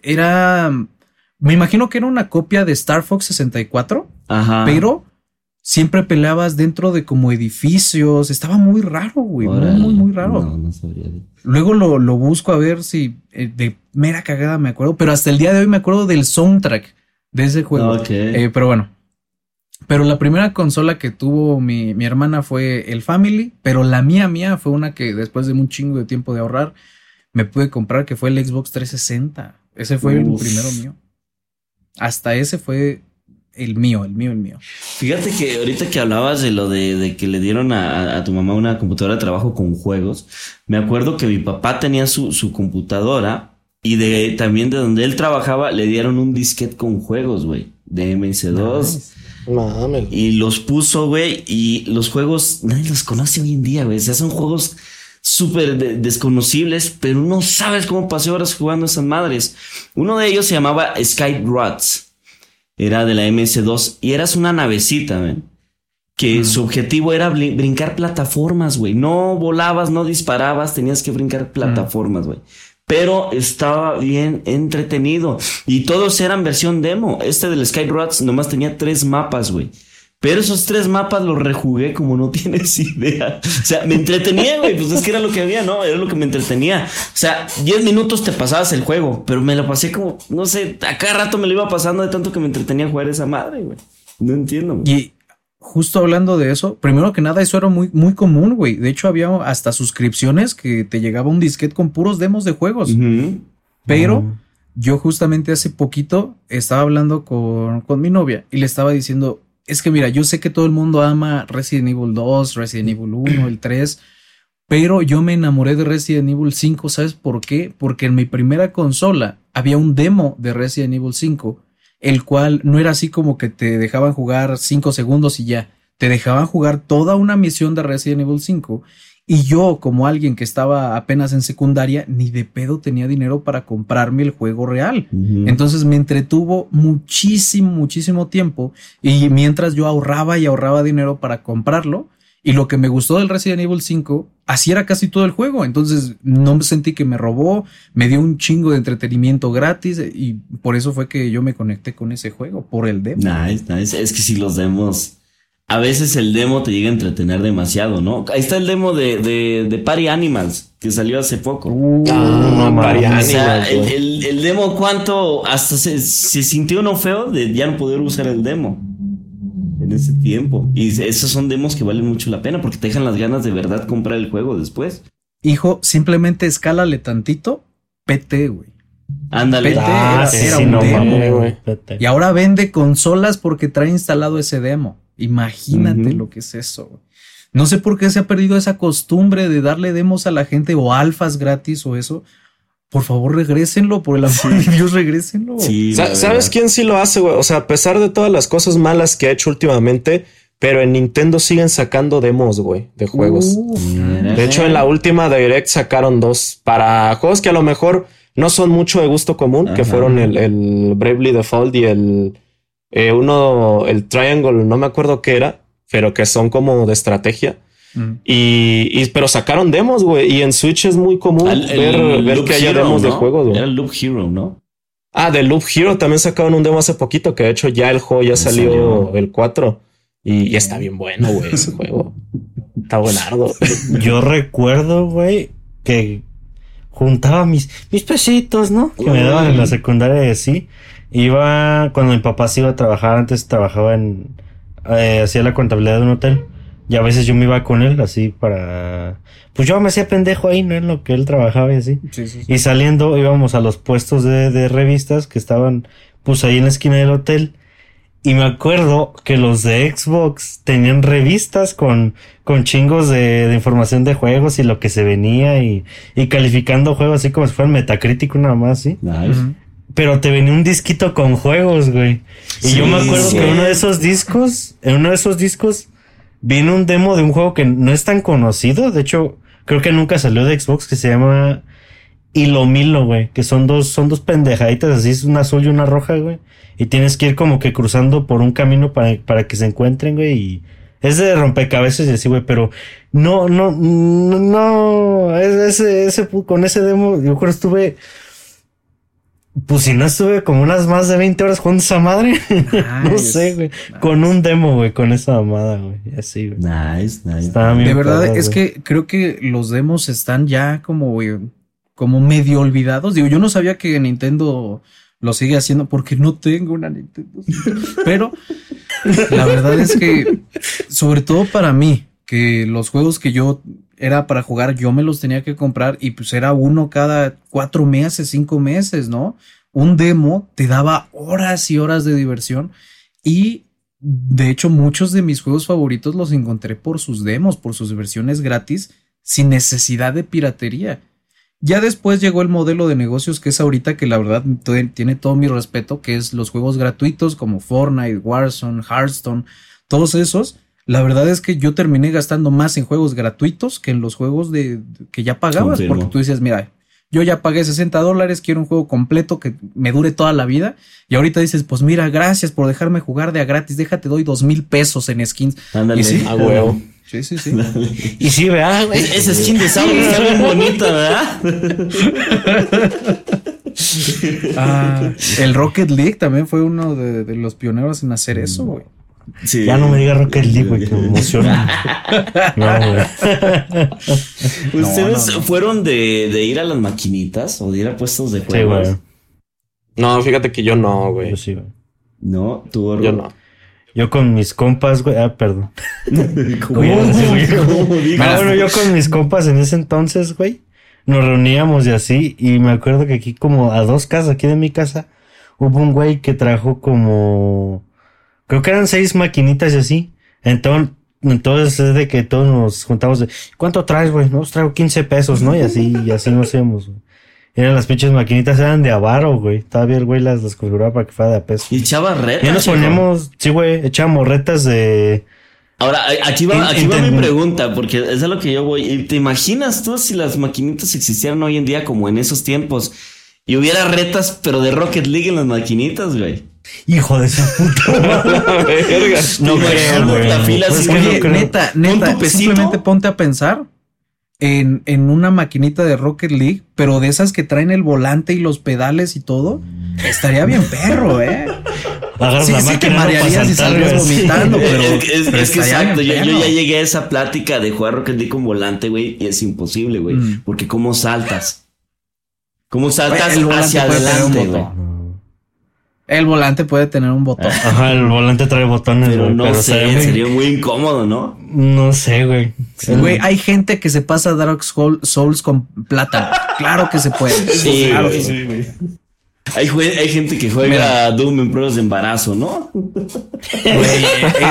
Me imagino que era una copia de Star Fox 64, ajá, pero siempre peleabas dentro de como edificios. Estaba muy raro, güey. Muy, muy raro. No sabría. Luego lo busco a ver si de mera cagada me acuerdo, pero hasta el día de hoy me acuerdo del soundtrack de ese juego. Okay. Pero bueno. Pero la primera consola que tuvo mi hermana fue el Family, pero la mía fue una que después de un chingo de tiempo de ahorrar me pude comprar, que fue el Xbox 360. Ese fue el primero mío. Hasta ese fue el mío. Fíjate que ahorita que hablabas de lo de que le dieron a tu mamá una computadora de trabajo con juegos, me acuerdo que mi papá tenía su computadora y también de donde él trabajaba le dieron un disquete con juegos, güey, de MS2. Nice. Mames. Y los puso, güey, y los juegos nadie los conoce hoy en día, güey. O sea, son juegos súper desconocibles, pero no sabes cómo pasé horas jugando esas madres. Uno de ellos se llamaba Sky Rods. Era de la MS2 y eras una navecita, ¿ven? que su objetivo era brincar plataformas, güey. No volabas, no disparabas, tenías que brincar plataformas, güey. Pero estaba bien entretenido. Y todos eran versión demo. Este del Skyward nomás tenía 3 mapas, güey. Pero esos 3 mapas los rejugué como no tienes idea. O sea, me entretenía, güey. Pues es que era lo que había, ¿no? Era lo que me entretenía. O sea, 10 minutos te pasabas el juego. Pero me lo pasé como, no sé, a cada rato me lo iba pasando de tanto que me entretenía jugar esa madre, güey. No entiendo, güey. Y justo hablando de eso, primero que nada, eso era muy, muy común, güey. De hecho, había hasta suscripciones que te llegaba un disquete con puros demos de juegos. Pero yo justamente hace poquito estaba hablando con mi novia y le estaba diciendo... Es que mira, yo sé que todo el mundo ama Resident Evil 2, Resident Evil 1, el 3, pero yo me enamoré de Resident Evil 5, ¿sabes por qué? Porque en mi primera consola había un demo de Resident Evil 5, el cual no era así como que te dejaban jugar 5 segundos y ya, te dejaban jugar toda una misión de Resident Evil 5. Y yo, como alguien que estaba apenas en secundaria, ni de pedo tenía dinero para comprarme el juego real. Entonces me entretuvo muchísimo tiempo. Y mientras yo ahorraba y ahorraba dinero para comprarlo, y lo que me gustó del Resident Evil 5, así era casi todo el juego. Entonces no me sentí que me robó, me dio un chingo de entretenimiento gratis. Y por eso fue que yo me conecté con ese juego, por el demo. Nice. Es que si los demos... A veces el demo te llega a entretener demasiado, ¿no? Ahí está el demo de Party Animals, que salió hace poco. Party Animals. O sea, el demo, ¿cuánto? Hasta se sintió uno feo de ya no poder usar el demo en ese tiempo. Y esos son demos que valen mucho la pena porque te dejan las ganas de verdad comprar el juego después. Hijo, simplemente escálale tantito, PT, güey. Ándale. PT era un demo, güey. Y ahora vende consolas porque trae instalado ese demo. Imagínate lo que es eso, güey. No sé por qué se ha perdido esa costumbre de darle demos a la gente o alfas gratis o eso. Por favor, regrésenlo, por el amor de Dios, regrésenlo. Sí, ¿sabes quién sí lo hace, güey? O sea, a pesar de todas las cosas malas que ha hecho últimamente, pero en Nintendo siguen sacando demos, güey, de juegos. De hecho, en la última Direct sacaron 2 para juegos que a lo mejor no son mucho de gusto común, que fueron el Bravely Default y el Triangle, no me acuerdo qué era, pero que son como de estrategia. Pero sacaron demos, güey. Y en Switch es muy común ver que haya demos, ¿no? De juegos, güey. Era el Loop Hero, ¿no? De Loop Hero también sacaron un demo hace poquito, que de hecho ya el juego ya salió el 4. Y está bien bueno, güey, ese juego. Está buenardo. Yo recuerdo, güey, que juntaba mis pesitos, ¿no? Que me daban en la secundaria y así. Iba, cuando mi papá se iba a trabajar, antes trabajaba hacía la contabilidad de un hotel. Y a veces yo me iba con él así para... Pues yo me hacía pendejo ahí, ¿no? En lo que él trabajaba y así. Sí. Y saliendo íbamos a los puestos de revistas que estaban pues ahí en la esquina del hotel. Y me acuerdo que los de Xbox tenían revistas con chingos de información de juegos y lo que se venía y calificando juegos así como si fueran Metacritic nada más, ¿sí? Nice. Pero te venía un disquito con juegos, güey. Y yo me acuerdo que en uno de esos discos viene un demo de un juego que no es tan conocido. De hecho, creo que nunca salió de Xbox, que se llama Hilo Milo, güey. Que son dos pendejaditas así, es una azul y una roja, güey. Y tienes que ir como que cruzando por un camino para que se encuentren, güey. Y es de rompecabezas y así, güey. Pero no. Con ese demo, yo creo que estuve... Pues si no estuve como unas más de 20 horas jugando esa madre. No sé, güey. Nice. Con un demo, güey, con esa mamada, güey. Así, güey. Nice. De verdad, es que creo que los demos están ya como medio olvidados. Digo, yo no sabía que Nintendo lo sigue haciendo porque no tengo una Nintendo. Pero la verdad es que, sobre todo para mí, que los juegos que yo era para jugar, yo me los tenía que comprar y pues era uno cada 4 meses, 5 meses, ¿no? Un demo te daba horas y horas de diversión y de hecho muchos de mis juegos favoritos los encontré por sus demos, por sus versiones gratis, sin necesidad de piratería. Ya después llegó el modelo de negocios que es ahorita, que la verdad tiene todo mi respeto, que es los juegos gratuitos como Fortnite, Warzone, Hearthstone, todos esos. La verdad es que yo terminé gastando más en juegos gratuitos que en los juegos que ya pagabas. Confirmo. Porque tú decías, mira, Yo ya pagué $60, quiero un juego completo que me dure toda la vida. Y ahorita dices, pues mira, gracias por dejarme jugar de a gratis, déjate, doy $2,000 en skins. Ándale. Y sí, A huevo. sí. Y sí, ¿verdad, güey? Esa skin de Sauron está bien bonita, ¿verdad? El Rocket League también fue uno de los pioneros en hacer eso, güey. Sí. Ya no me digas Rocket League, güey, que me emociona. No, güey. ¿Ustedes No. fueron de ir a las maquinitas o de ir a puestos de Sí, juegos? güey. No, fíjate que yo no, güey. Yo sí, güey. No, tú, Orgo. Yo no. Yo con mis compas, güey. Perdón. ¿Cómo? Güey, sí, güey. ¿Cómo digo? Bueno, yo con mis compas en ese entonces, güey, nos reuníamos y así. Y me acuerdo que aquí, como a 2 casas, aquí de mi casa, hubo un güey que trajo como... Creo que eran 6 maquinitas y así. Entonces es de que todos nos juntamos de... ¿Cuánto traes, güey? No, pues traigo $15, ¿no? Y así nos íbamos, güey. Eran las pinches maquinitas, eran de avaro, güey. Todavía el güey las configuraba para que fuera de a peso. Y echaba retas. Ya nos chico. poníamos... Sí, güey, echábamos retas de... Ahora, aquí va mi pregunta, porque es a lo que yo voy. ¿Y ¿Te imaginas tú si las maquinitas existieran hoy en día como en esos tiempos y hubiera retas, pero de Rocket League en las maquinitas, güey? Hijo de su puta madre. Verga. No ¿Te creo, imaginas güey. la fila Pues así, es que güey? no creo. Neta, Pon tu pesito. simplemente ponte a pensar en una maquinita de Rocket League, pero de esas que traen el volante y los pedales y todo. Estaría bien perro, Agarras Sí, la sí te máquina, ¿no? marearías Para y saltar, saldrías güey. vomitando, pero Es que estaría exacto, bien yo perro. ya llegué a esa plática de jugar Rocket League con volante, güey, y es imposible, güey. Porque ¿cómo saltas? ¿Cómo saltas El volante hacia puede tener un adelante, güey? botón. El volante puede tener un botón. Ajá, el volante trae botones, Pero güey. no pero sé, estaría muy- sería muy incómodo, ¿no? No sé, güey. Güey, hay gente que se pasa Dark Souls con plátano. Claro que se puede. Sí, claro güey. que se puede. Hay gente que juega Doom en pruebas de embarazo, ¿no? Güey,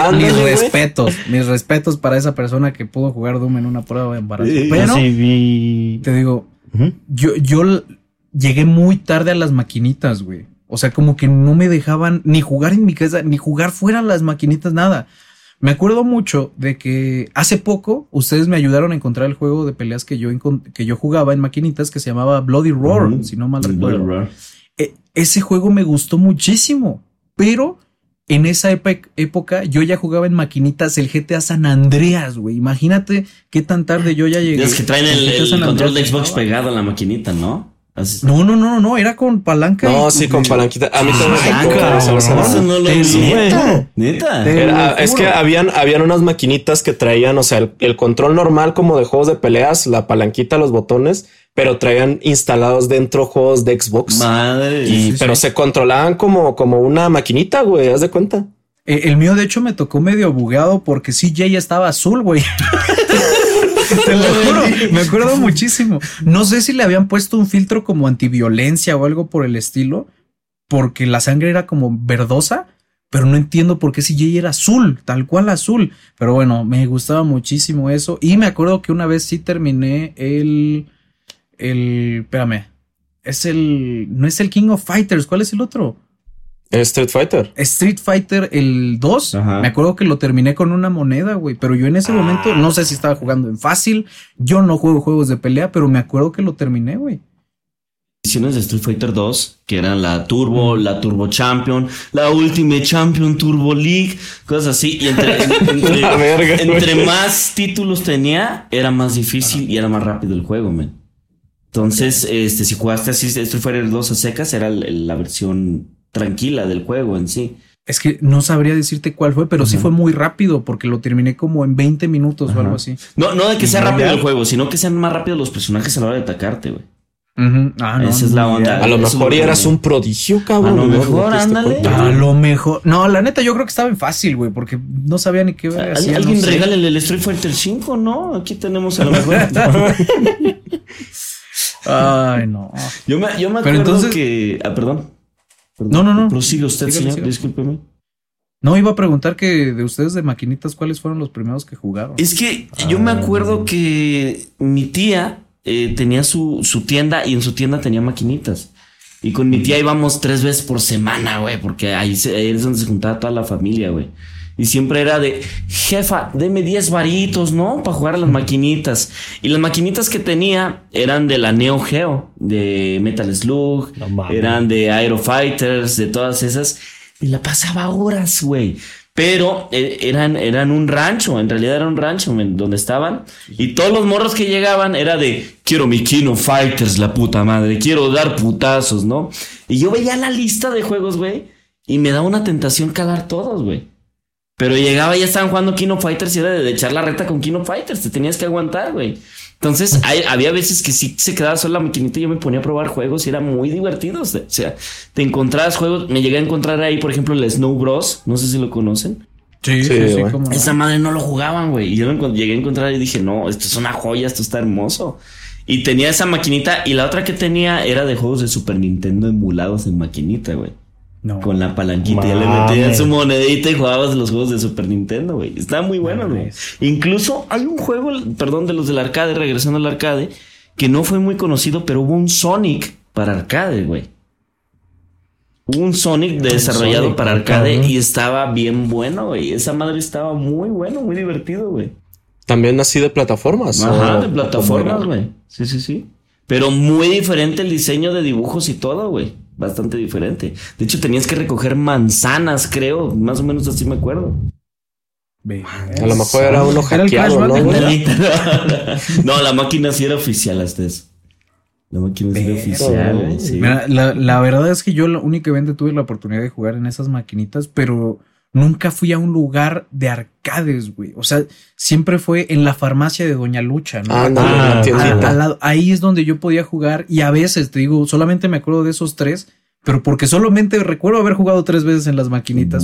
mis respetos para esa persona que pudo jugar Doom en una prueba de embarazo. Sí. Pero Sí, vi... te digo, Ujú. yo llegué muy tarde a las maquinitas, güey. O sea, como que no me dejaban ni jugar en mi casa, ni jugar fuera las maquinitas, nada. Me acuerdo mucho de que hace poco ustedes me ayudaron a encontrar el juego de peleas que yo jugaba en maquinitas que se llamaba Bloody Roar, Ujú. si no mal Bloody recuerdo. Roar. Ese juego me gustó muchísimo, pero en esa época yo ya jugaba en maquinitas el GTA San Andreas, güey. Imagínate qué tan tarde yo ya llegué. Es que traen GTA el San control de Andreas Xbox estaba. pegado a la maquinita, ¿no? Así- No, era con palanca. No, y- sí, con palanquita. A mí también Ay, me tocó cabrón, usar esa eso no lo Te vi. lo juro. Neta. Te- lo Es que juro. habían unas maquinitas que traían, o sea, el control normal como de juegos de peleas, la palanquita, los botones, pero traían instalados dentro juegos de Xbox. Madre. Y, pero se controlaban como una maquinita, güey, haz de cuenta. El mío, de hecho, me tocó medio bugueado porque CJ ya estaba azul, güey. Te lo juro, me acuerdo muchísimo. No sé si le habían puesto un filtro como antiviolencia o algo por el estilo, porque la sangre era como verdosa, pero no entiendo por qué CJ era azul, tal cual azul. Pero bueno, me gustaba muchísimo eso. Y me acuerdo que una vez sí terminé espérame, no es el King of Fighters, ¿cuál es el otro? Street Fighter. Street Fighter el 2, Ajá. me acuerdo que lo terminé con una moneda, güey, pero yo en ese momento no sé si estaba jugando en fácil, yo no juego juegos de pelea, pero me acuerdo que lo terminé, güey. Ediciones de Street Fighter 2, que eran la Turbo, la Turbo Champion, la Ultimate Champion Turbo League, cosas así. Y La verga, entre güey. más títulos tenía, era más difícil y era más rápido el juego, man. Entonces, si jugaste así Street Fighter 2 a secas, era la versión tranquila del juego en sí. Es que no sabría decirte cuál fue, pero sí fue muy rápido porque lo terminé como en 20 minutos o algo así. No de que sea Y rápido ya- el juego, sino que sean más rápidos los personajes a la hora de atacarte, güey. No, Esa es la ni onda. idea. A lo Eso es mejor lo y que eras me- un prodigio, cabrón. A lo ¿no? mejor, No te ándale. diste A cuenta. lo mejor. No, la neta, yo creo que estaba en fácil, güey, porque no sabía ni qué ver. Alguien regálele el Street Fighter 5, ¿no? Aquí tenemos a lo mejor. Ay, no. Yo me acuerdo Pero entonces- que. Perdón. No. Prosigue usted, Sígale, señor. sígale. Discúlpeme. No, iba a preguntar que de ustedes de maquinitas, ¿cuáles fueron los primeros que jugaron? Es que yo me acuerdo que mi tía tenía su tienda y en su tienda tenía maquinitas. Y con mi tía íbamos 3 veces por semana, güey, porque ahí es donde se juntaba toda la familia, güey. Y siempre era de, jefa, deme 10 varitos, ¿no? Para jugar a las maquinitas. Y las maquinitas que tenía eran de la Neo Geo, de Metal Slug, eran de Aero Fighters, de todas esas. Y la pasaba horas, güey. Pero eran un rancho, en realidad era un rancho donde estaban. Y todos los morros que llegaban era de, quiero mi Kino Fighters, la puta madre, quiero dar putazos, ¿no? Y yo veía la lista de juegos, güey, y me daba una tentación calar todos, güey. Pero llegaba y ya estaban jugando Kino Fighters y era de echar la reta con Kino Fighters, te tenías que aguantar, güey. Entonces había veces que sí se quedaba sola la maquinita y yo me ponía a probar juegos y era muy divertido. O sea, te encontrabas juegos. Me llegué a encontrar ahí, por ejemplo, el Snow Bros. No sé si lo conocen. Sí, cómo no. Esa madre no lo jugaban, güey. Y yo llegué a encontrar y dije, no, esto es una joya, esto está hermoso. Y tenía esa maquinita y la otra que tenía era de juegos de Super Nintendo emulados en maquinita, güey. No. Con la palanquita, ya le metían su monedita y jugabas los juegos de Super Nintendo, güey. Estaba muy bueno, güey. Incluso hay un juego, perdón, de los del arcade, regresando al arcade, que no fue muy conocido, pero hubo un Sonic para arcade, güey. Hubo un Sonic desarrollado Sonic para arcade y estaba bien bueno, güey. Esa madre estaba muy bueno, muy divertido, güey. También así de plataformas. Ajá, de plataformas, güey. Sí. Pero muy diferente el diseño de dibujos y todo, güey. Bastante diferente. De hecho, tenías que recoger manzanas, creo. Más o menos así me acuerdo. A lo mejor era uno hackeado, ¿no? No, la máquina sí era oficial hasta eso. La máquina sí era oficial, güey. Sí. Mira, la verdad es que yo únicamente tuve la oportunidad de jugar en esas maquinitas, pero nunca fui a un lugar de arcades, güey. O sea, siempre fue en la farmacia de Doña Lucha, ¿no? Ahí es donde yo podía jugar y a veces, te digo, solamente me acuerdo de esos 3, pero porque solamente recuerdo haber jugado 3 veces en las maquinitas.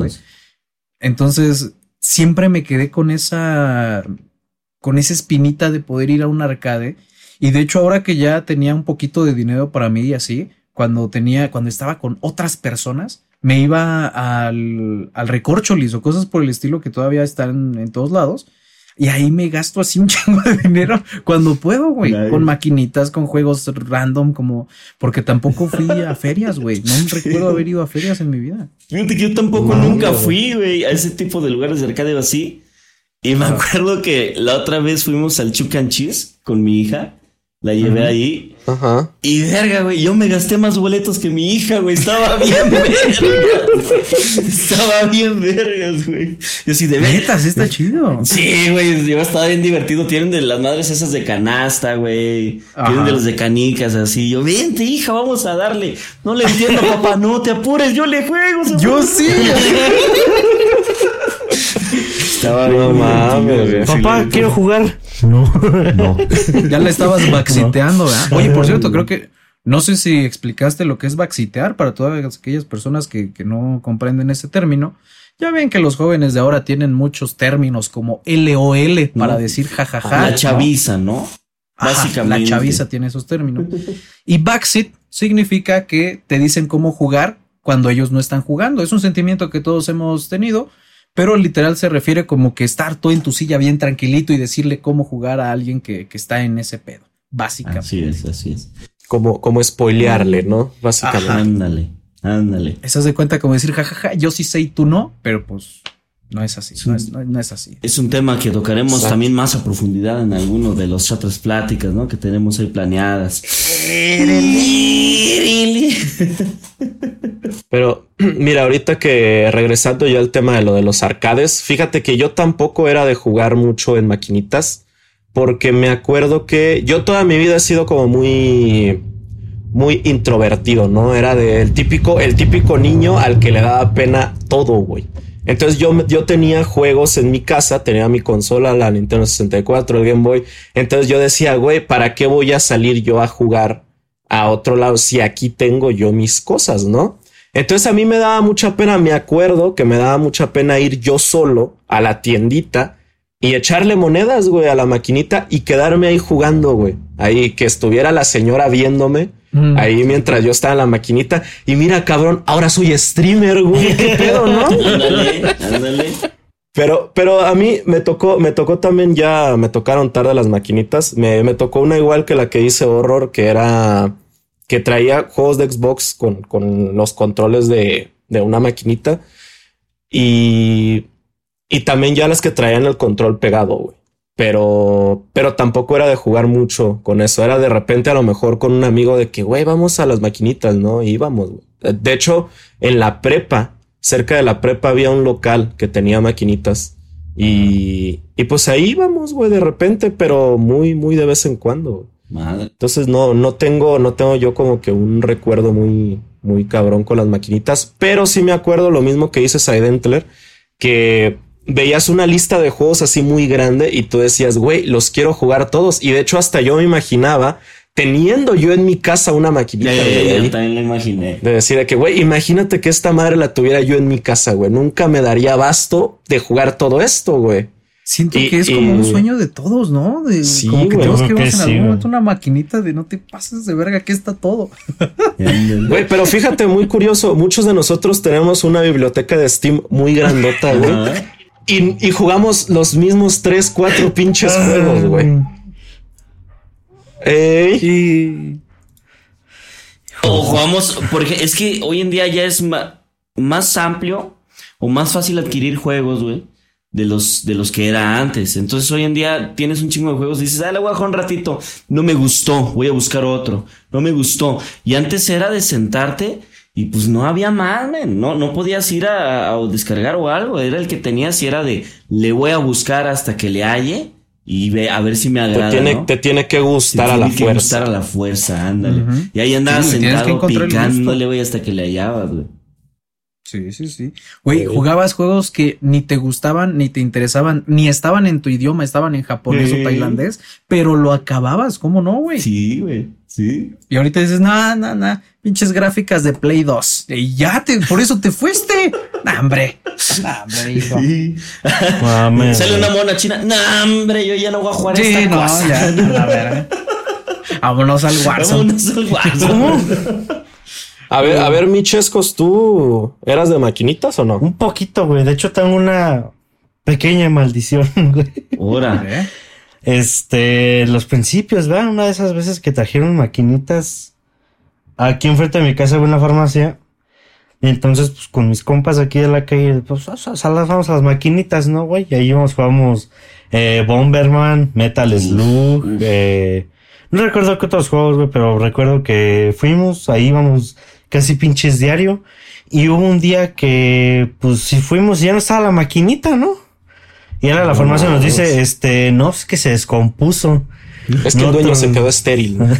Entonces, siempre me quedé con esa espinita de poder ir a un arcade. Y de hecho, ahora que ya tenía un poquito de dinero para mí y así, cuando estaba con otras personas, me iba al Recorcholis o cosas por el estilo que todavía están en todos lados. Y ahí me gasto así un chingo de dinero cuando puedo, güey. Con maquinitas, con juegos random, porque tampoco fui a ferias, güey. No recuerdo haber ido a ferias en mi vida. Fíjate que yo tampoco nunca fui, güey, a ese tipo de lugares de arcade así. Y me acuerdo que la otra vez fuimos al Chuck and Cheese con mi hija. La llevé ahí. Ajá. Y verga, güey. Yo me gasté más boletos que mi hija, güey. Estaba bien vergas. Estaba bien vergas, güey. Yo sí, de veras, está chido. Sí, güey. Yo estaba bien divertido. Tienen de las madres esas de canasta, güey. Tienen de los de canicas, así. Yo, vente, hija, vamos a darle. No le entiendo, papá. No te apures. Yo le juego. Yo sí. Estaba bien mames, papá, quiero jugar. No. Ya le estabas backseateando, ¿verdad? Oye, por cierto, creo que no sé si explicaste lo que es backseatear para todas aquellas personas que no comprenden ese término. Ya ven que los jóvenes de ahora tienen muchos términos como LOL para decir jajaja. La chaviza, ¿no? Básicamente. La chaviza tiene esos términos. Y backseat significa que te dicen cómo jugar cuando ellos no están jugando. Es un sentimiento que todos hemos tenido. Pero literal se refiere como que estar tú en tu silla bien tranquilito y decirle cómo jugar a alguien que está en ese pedo. Básicamente. Así es. Como spoilearle, ¿no? Básicamente. Ajá. Ándale. Eso se cuenta como decir, jajaja, yo sí sé y tú no, pero pues no es así. No es así. Es un tema que tocaremos también más a profundidad en alguno de las otras pláticas, ¿no? Que tenemos ahí planeadas. Pero mira, ahorita que regresando ya al tema de lo de los arcades, fíjate que yo tampoco era de jugar mucho en maquinitas, porque me acuerdo que yo toda mi vida he sido como muy introvertido, ¿no? Era el típico niño al que le daba pena todo, güey. Entonces yo tenía juegos en mi casa, tenía mi consola, la Nintendo 64, el Game Boy. Entonces yo decía, güey, ¿para qué voy a salir yo a jugar a otro lado si aquí tengo yo mis cosas, ¿no? Entonces a mí me daba mucha pena, me acuerdo que me daba mucha pena ir yo solo a la tiendita y echarle monedas, güey, a la maquinita y quedarme ahí jugando, güey. Ahí que estuviera la señora viéndome, ahí mientras yo estaba en la maquinita. Y mira, cabrón, ahora soy streamer, güey, qué pedo, ¿no? Ándale. Pero a mí me tocó también, ya me tocaron tarde las maquinitas. Me tocó una igual que la que hice Horror, que era que traía juegos de Xbox con los controles de una maquinita y también ya las que traían el control pegado, güey. Pero tampoco era de jugar mucho con eso. Era de repente a lo mejor con un amigo de que, güey, vamos a las maquinitas, ¿no? Y íbamos, güey. De hecho, en la prepa, cerca de la prepa había un local que tenía maquinitas. Y pues ahí íbamos, güey, de repente, pero muy, muy de vez en cuando, güey. Madre. Entonces no tengo yo como que un recuerdo muy, muy cabrón con las maquinitas. Pero sí me acuerdo lo mismo que dice Saidentler, que veías una lista de juegos así muy grande y tú decías, güey, los quiero jugar todos. Y de hecho hasta yo me imaginaba teniendo yo en mi casa una maquinita. Yo también lo imaginé. De decir de que, güey, imagínate que esta madre la tuviera yo en mi casa, güey. Nunca me daría abasto de jugar todo esto, güey. Siento que es como un sueño de todos, ¿no? Sí, como que güey, todos queremos en algún momento güey. una maquinita de no te pases de verga, que está todo. Güey, pero fíjate, muy curioso. Muchos de nosotros tenemos una biblioteca de Steam muy grandota, güey. Ajá. Y jugamos los mismos 3, 4 pinches juegos, güey. Ey. Y... O jugamos, porque es que hoy en día ya es más amplio o más fácil adquirir juegos, güey, de los que era antes. Entonces hoy en día tienes un chingo de juegos y dices, le voy a jugar un ratito. No me gustó, voy a buscar otro. No me gustó. Y antes era de sentarte y pues no había más, man. No podías ir a descargar o algo. Era el que tenías y era de, le voy a buscar hasta que le halle y ve a ver si me agrada. Te tiene que gustar a la fuerza. Gustar a la fuerza, ándale. Ujú. Y ahí andabas Sí, tienes que sentado encontrar el gusto. picándole, güey, hasta que le hallabas, güey. Sí. Güey, jugabas juegos que ni te gustaban, ni te interesaban, ni estaban en tu idioma, estaban en japonés o tailandés, pero lo acababas, ¿cómo no, güey? Sí, güey. Sí. Y ahorita dices, nah, pinches gráficas de Play 2. Y ya por eso te fuiste. Nah, hombre, hijo. Sí. Mames. Sale una mona china. No, hombre, yo ya no voy a jugar Sí, esta no, cosa. ya, a ver. Vámonos al Warzone. Vámonos al Warzone. A ver, Michescos, ¿tú eras de maquinitas o no? Un poquito, güey. De hecho, tengo una pequeña maldición, güey. Ahora. Los principios, ¿verdad? Una de esas veces que trajeron maquinitas aquí enfrente de mi casa, en una farmacia. Y entonces, pues, con mis compas aquí de la calle, pues, vamos a las maquinitas, ¿no, güey? Y ahí jugamos Bomberman, Metal Slug, no recuerdo qué otros juegos, güey, pero recuerdo que fuimos, ahí íbamos casi pinches diario. Y hubo un día que, pues, si fuimos y ya no estaba la maquinita, ¿no? Y ahora la farmacia nos dice, no, es que se descompuso. Es que el dueño se quedó estéril, ¿no?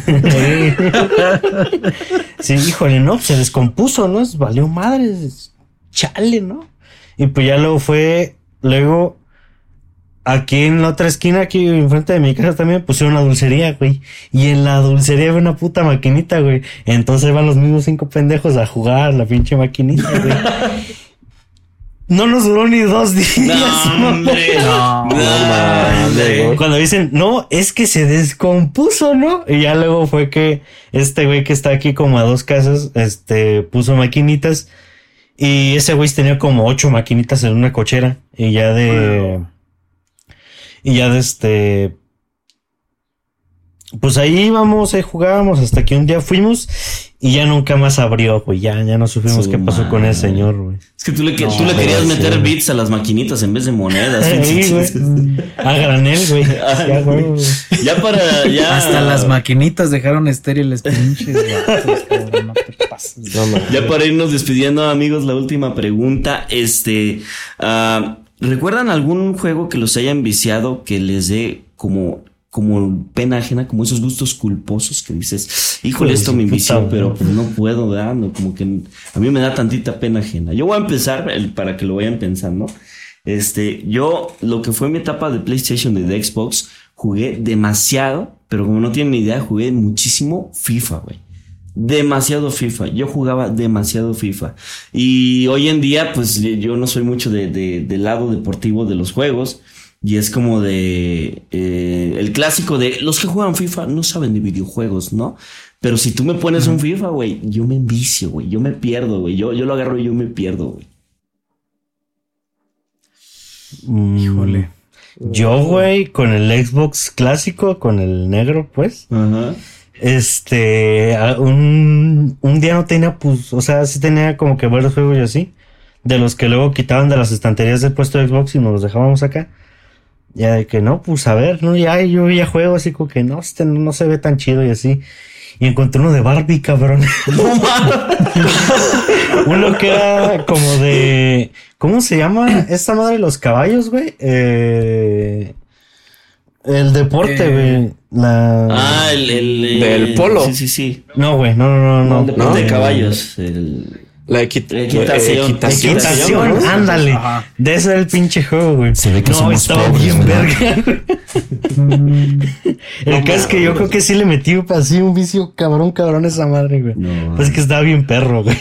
Sí, híjole, no, se descompuso, ¿no? Valió madres, chale, ¿no? Y pues ya luego, aquí en la otra esquina, aquí enfrente de mi casa también pusieron una dulcería, güey. Y en la dulcería había una puta maquinita, güey. Entonces van los mismos 5 pendejos a jugar la pinche maquinita, güey. No nos duró ni 2 días. No, hombre. No, mames. Cuando dicen, no, es que se descompuso, ¿no? Y ya luego fue que este güey que está aquí como a 2 casas, puso maquinitas. Y ese güey tenía como 8 maquinitas en una cochera. Y ya pues ahí íbamos, ahí jugábamos hasta que un día fuimos y ya nunca más abrió, güey. Ya no supimos qué pasó con ese señor, güey. Es que tú le querías meter bits a las maquinitas en vez de monedas. Sí, güey. A granel, güey. Ya, güey. Ya Hasta las maquinitas dejaron estériles, pinches gatos, cabrón, no te pases. Ya para irnos despidiendo, amigos, la última pregunta. ¿Recuerdan algún juego que los hayan viciado que les dé como pena ajena, como esos gustos culposos que dices, híjole, esto me envició, pero pues no puedo, ¿verdad? No, como que a mí me da tantita pena ajena. Yo voy a empezar para que lo vayan pensando. Yo, lo que fue mi etapa de PlayStation y de Xbox, jugué demasiado, pero como no tienen ni idea, jugué muchísimo FIFA, güey. Demasiado FIFA. Yo jugaba demasiado FIFA. Y hoy en día, pues yo no soy mucho del lado deportivo de los juegos. Y es como el clásico de los que juegan FIFA no saben de videojuegos, ¿no? Pero si tú me pones un FIFA, güey, yo me envicio, güey. Yo me pierdo, güey. Yo lo agarro y yo me pierdo, güey. Híjole. Yo, güey, con el Xbox clásico, con el negro, pues. Ajá. un día no tenía, pues, o sea, sí tenía como que varios juegos y así, de los que luego quitaban de las estanterías del puesto de Xbox y nos los dejábamos acá. Ya de que no, pues a ver, no, ya yo ya juego así como que no, no se ve tan chido y así. Y encontré uno de Barbie, cabrón. Uno que era como de, ¿cómo se llama esta madre de los caballos, güey? El deporte, güey. El del polo. Sí. No, güey, no. El deporte de caballos. La equitación. Equitación, ¿no? ándale. Ajá. De ese era el pinche juego, güey. Se ve que no, somos estaba pobres, bien ¿verdad? verga. El caso es que yo creo que sí le metí así un vicio cabrón esa madre, güey. No. Pues que estaba bien perro, güey.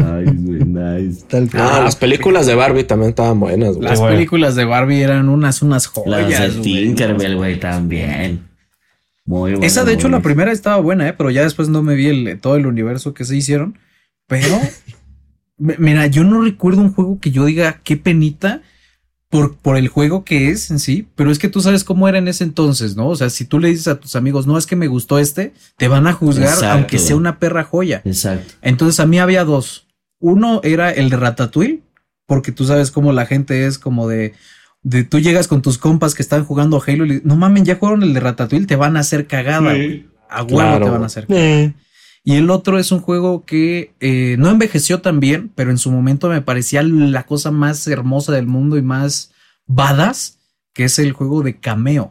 Nice. Tal cual. las películas de Barbie también estaban buenas, güey. Las güey. películas de Barbie eran unas Las joyas, de güey. Tinkerbell, güey, también. Muy buena. Esa, de hecho, muy la primera estaba buena, pero ya después no me vi todo el universo que se hicieron. Pero, mira, yo no recuerdo un juego que yo diga qué penita por el juego que es en sí, pero es que tú sabes cómo era en ese entonces, ¿no? O sea, si tú le dices a tus amigos, no, es que me gustó te van a juzgar, Exacto, aunque sea güey. una perra joya. Exacto. Entonces, a mí había dos. Uno era el de Ratatouille, porque tú sabes cómo la gente es como de tú llegas con tus compas que están jugando Halo y le dices, no mames, ya jugaron el de Ratatouille, te van a hacer cagada, güey. A huevo Claro. te van a hacer cagada. Y el otro es un juego que no envejeció tan bien, pero en su momento me parecía la cosa más hermosa del mundo y más badass, que es el juego de Cameo.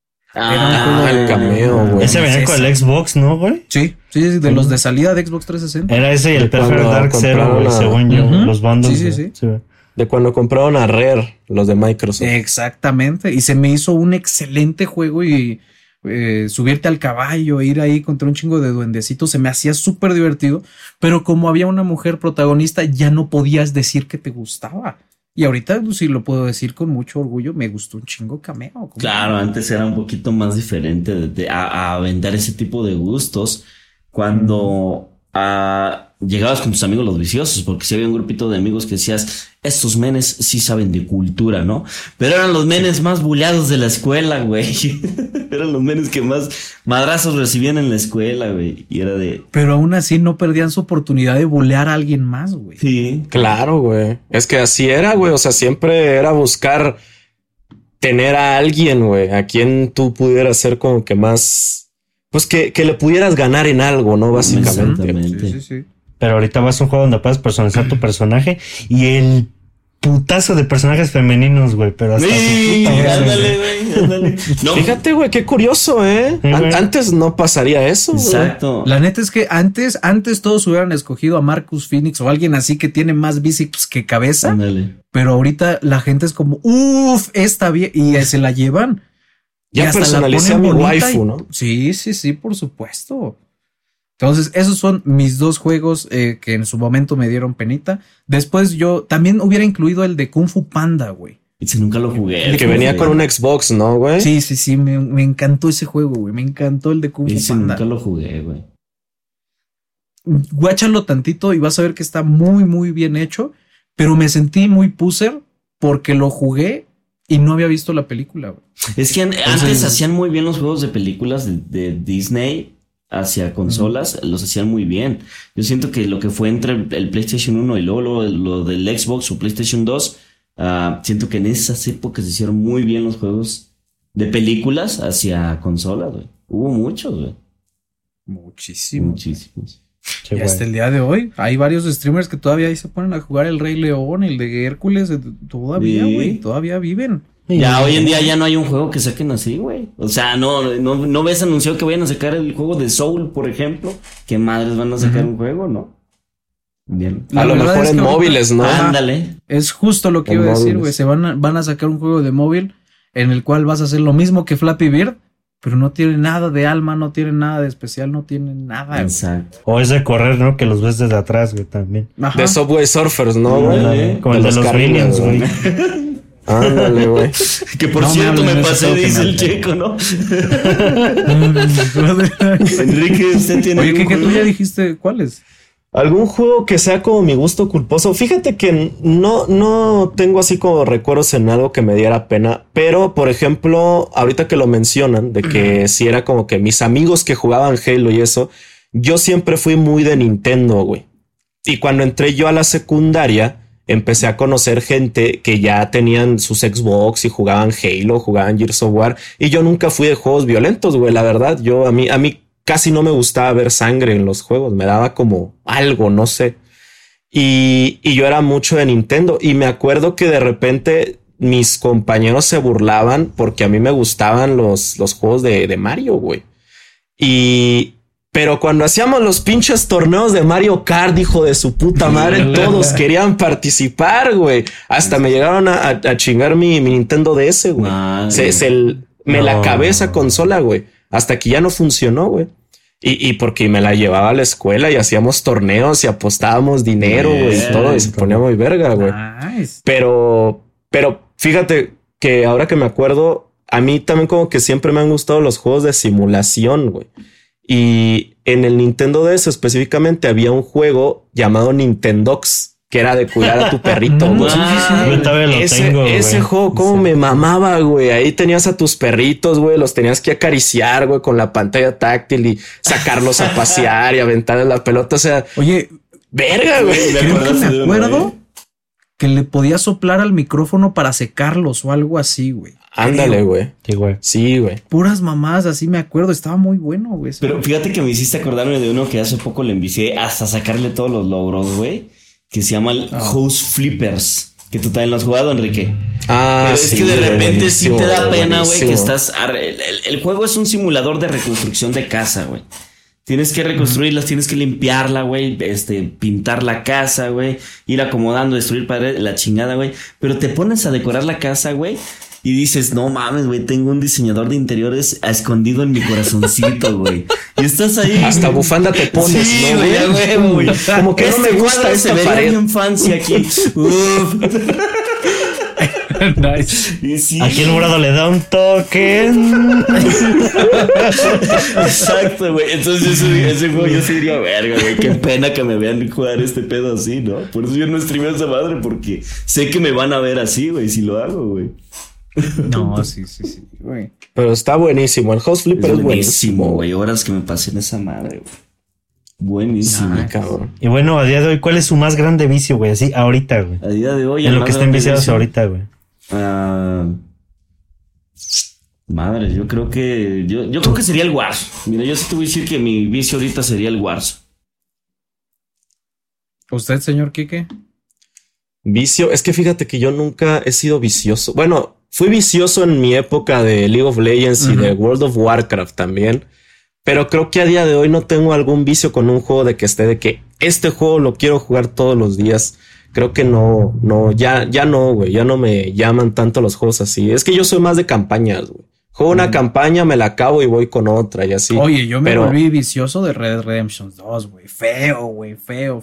El Cameo, güey. Ese venía con el Xbox, ¿no, güey? Sí, de los de salida de Xbox 360. Era ese y el De cuando Perfect Dark Zero, compraron güey, la- según yo. Ujú. Los bandos. Sí. güey. De cuando compraron a Rare, los de Microsoft. Exactamente. Y se me hizo un excelente juego y subirte al caballo, ir ahí contra un chingo de duendecitos, se me hacía súper divertido. Pero como había una mujer protagonista, ya no podías decir que te gustaba. Y ahorita pues, sí lo puedo decir con mucho orgullo, me gustó un chingo Cameo. ¿Cómo? Claro, antes era un poquito más diferente a vender ese tipo de gustos cuando llegabas con tus amigos los viciosos, porque si había un grupito de amigos que decías, estos menes sí saben de cultura, ¿no? Pero eran los menes más buleados de la escuela, güey. Eran los menes que más madrazos recibían en la escuela, güey. Y era de... Pero aún así no perdían su oportunidad de bulear a alguien más, güey. Sí. Claro, güey. Es que así era, güey. O sea, siempre era buscar tener a alguien, güey, a quien tú pudieras ser como que más... Pues que le pudieras ganar en algo, ¿no? Básicamente. Exactamente. Sí. Pero ahorita vas a un juego donde puedes personalizar tu personaje y el putazo de personajes femeninos, güey. Pero hasta Sí, su puta madre, ándale, güey, ándale. No, Fíjate, güey, qué curioso, ¿eh? Sí, güey. Antes no pasaría eso, güey. exacto. La neta es que antes todos hubieran escogido a Marcus Phoenix o alguien así que tiene más bíceps que cabeza. Ándale. Pero ahorita la gente es como, esta bien, y se la llevan. Ya Y hasta la personalicé a ponen mi bonita waifu, y- ¿no? Sí, por supuesto. Entonces, esos son mis dos juegos que en su momento me dieron penita. Después yo también hubiera incluido el de Kung Fu Panda, güey. Ese nunca lo jugué. El que venía con un Xbox, ¿no, güey? Sí, me encantó ese juego, güey. Me encantó el de Kung Fu Ese Panda. nunca lo jugué, güey. Guáchalo tantito y vas a ver que está muy, muy bien hecho. Pero me sentí muy puser porque lo jugué y no había visto la película, güey. Es que antes hacían muy bien los juegos de películas de Disney hacia consolas, los hacían muy bien. Yo siento que lo que fue entre el PlayStation 1 y luego lo del Xbox o PlayStation 2, siento que en esas épocas se hicieron muy bien los juegos de películas hacia consolas, güey. Hubo muchos, güey. Muchísimo. Muchísimos. Sí, Y güey. hasta el día de hoy hay varios streamers que todavía ahí se ponen a jugar el Rey León, el de Hércules, todavía, Sí. güey, todavía viven. Ya hoy en día ya no hay un juego que saquen así, güey. O sea, no ves anunciado que vayan a sacar el juego de Soul, por ejemplo. ¿Qué madres van a sacar un juego, no? Bien. La A lo verdad mejor es en que ahorita- móviles, ¿no? Ajá. Ándale. Es justo lo que En iba a decir, móviles. güey. Van a sacar un juego de móvil en el cual vas a hacer lo mismo que Flappy Bird, pero no tiene nada de alma, no tiene nada de especial, no tiene nada, güey. Exacto. O es de correr, ¿no? Que los ves desde atrás, güey, también. Ajá. De Subway Surfers, ¿no, güey? Ándale. Como el de los carriles, Minions, güey. Ándale, güey. Que por No me cierto hablen me de ese pasé, juego que dice me el hablen. checo, ¿no? Enrique, usted tiene Oye, algún que tú juego? ya dijiste cuáles. Algún juego que sea como mi gusto culposo. Fíjate que no tengo así como recuerdos en algo que me diera pena. Pero, por ejemplo, ahorita que lo mencionan, de que si era como que mis amigos que jugaban Halo y eso, yo siempre fui muy de Nintendo, güey. Y cuando entré yo a la secundaria, empecé a conocer gente que ya tenían sus Xbox y jugaban Halo, jugaban Gears of War. Y yo nunca fui de juegos violentos, güey. La verdad, a mí casi no me gustaba ver sangre en los juegos. Me daba como algo, no sé. Y yo era mucho de Nintendo. Y me acuerdo que de repente mis compañeros se burlaban porque a mí me gustaban los juegos de Mario, güey. Pero cuando hacíamos los pinches torneos de Mario Kart, hijo de su puta madre, todos querían participar, güey. Hasta me llegaron a chingar mi Nintendo DS, güey. Me la acabé esa consola, güey. Hasta que ya no funcionó, güey. Y porque me la llevaba a la escuela y hacíamos torneos y apostábamos dinero, güey, y todo. Y se ponía muy verga, güey. Nice. Pero fíjate que ahora que me acuerdo, a mí también como que siempre me han gustado los juegos de simulación, güey. Y en el Nintendo DS específicamente había un juego llamado Nintendox, que era de cuidar a tu perrito, güey. Ese juego, cómo me mamaba, güey. Ahí tenías a tus perritos, güey. Los tenías que acariciar, güey, con la pantalla táctil y sacarlos a pasear y aventarles la pelota. O sea, oye, verga, güey. Creo que me acuerdo que le podías soplar al micrófono para secarlos o algo así, güey. Ándale, güey. Sí, güey. Puras mamás, así me acuerdo. Estaba muy bueno, güey. Pero fíjate que me hiciste acordarme de uno que hace poco le envicié hasta sacarle todos los logros, güey. Que se llama el House Flippers. Que tú también lo has jugado, Enrique. Pero es que de repente sí te da pena, güey, que estás... El juego es un simulador de reconstrucción de casa, güey. Tienes que reconstruirlas, tienes que limpiarla, güey, pintar la casa, güey, ir acomodando, destruir la chingada, güey. Pero te pones a decorar la casa, güey, y dices, no mames, güey, tengo un diseñador de interiores escondido en mi corazoncito, güey. Y estás ahí. Hasta bufanda te pones, sí, ¿no, güey? Como que no me gusta esta pared. Mi infancia aquí. Nice. Sí. Aquí el morado le da un toque. Exacto, güey. Entonces ese juego yo sí diría, verga, güey, qué pena que me vean jugar este pedo así, ¿no? Por eso yo no streameo esa madre, porque sé que me van a ver así, güey, si lo hago, güey. No, sí, güey. Pero está buenísimo. El House Flipper es buenísimo, güey. Horas que me pasé en esa madre, güey. Buenísimo, cabrón. Y bueno, a día de hoy, ¿cuál es su más grande vicio, güey? Así, ahorita, güey. A día de hoy. En lo que estén viciados ahorita, güey. Madre, yo creo que sería el Warzone. Mira, yo sí te voy a decir que mi vicio ahorita sería el Warzone. ¿Usted, señor Quique? Vicio, es que fíjate que yo nunca he sido vicioso. Bueno, fui vicioso en mi época de League of Legends y de World of Warcraft también. Pero creo que a día de hoy no tengo algún vicio con un juego de que este juego lo quiero jugar todos los días. Creo que ya no, güey. Ya no me llaman tanto los juegos así. Es que yo soy más de campañas, güey. Juego una campaña, me la acabo y voy con otra y así. Oye, yo me volví vicioso de Red Dead Redemption 2, güey. Feo, güey. Feo.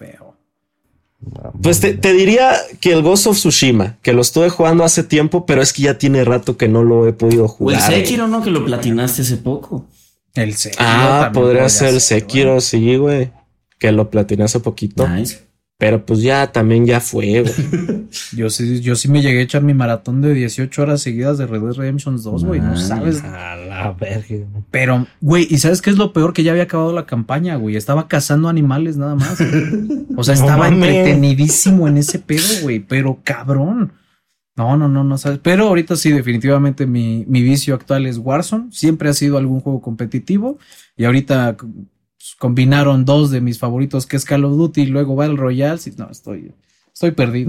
Pues te diría que el Ghost of Tsushima, que lo estuve jugando hace tiempo, pero es que ya tiene rato que no lo he podido jugar. O el Sekiro, ¿no? Que lo platinaste hace poco. El Sekiro. Podría ser el Sekiro, sí, güey. Que lo platiné hace poquito. Nice. Pero pues ya fue, güey. Yo sí me llegué a echar mi maratón de 18 horas seguidas de Red Dead Redemption 2, güey. No sabes. A la verga. Pero, güey, ¿y sabes qué es lo peor? Que ya había acabado la campaña, güey. Estaba cazando animales nada más. O sea, estaba entretenidísimo en ese pedo, güey. Pero cabrón. No sabes. Pero ahorita sí, definitivamente mi vicio actual es Warzone. Siempre ha sido algún juego competitivo. Y ahorita combinaron dos de mis favoritos, que es Call of Duty y luego Battle Royale. Sí, no, estoy perdido.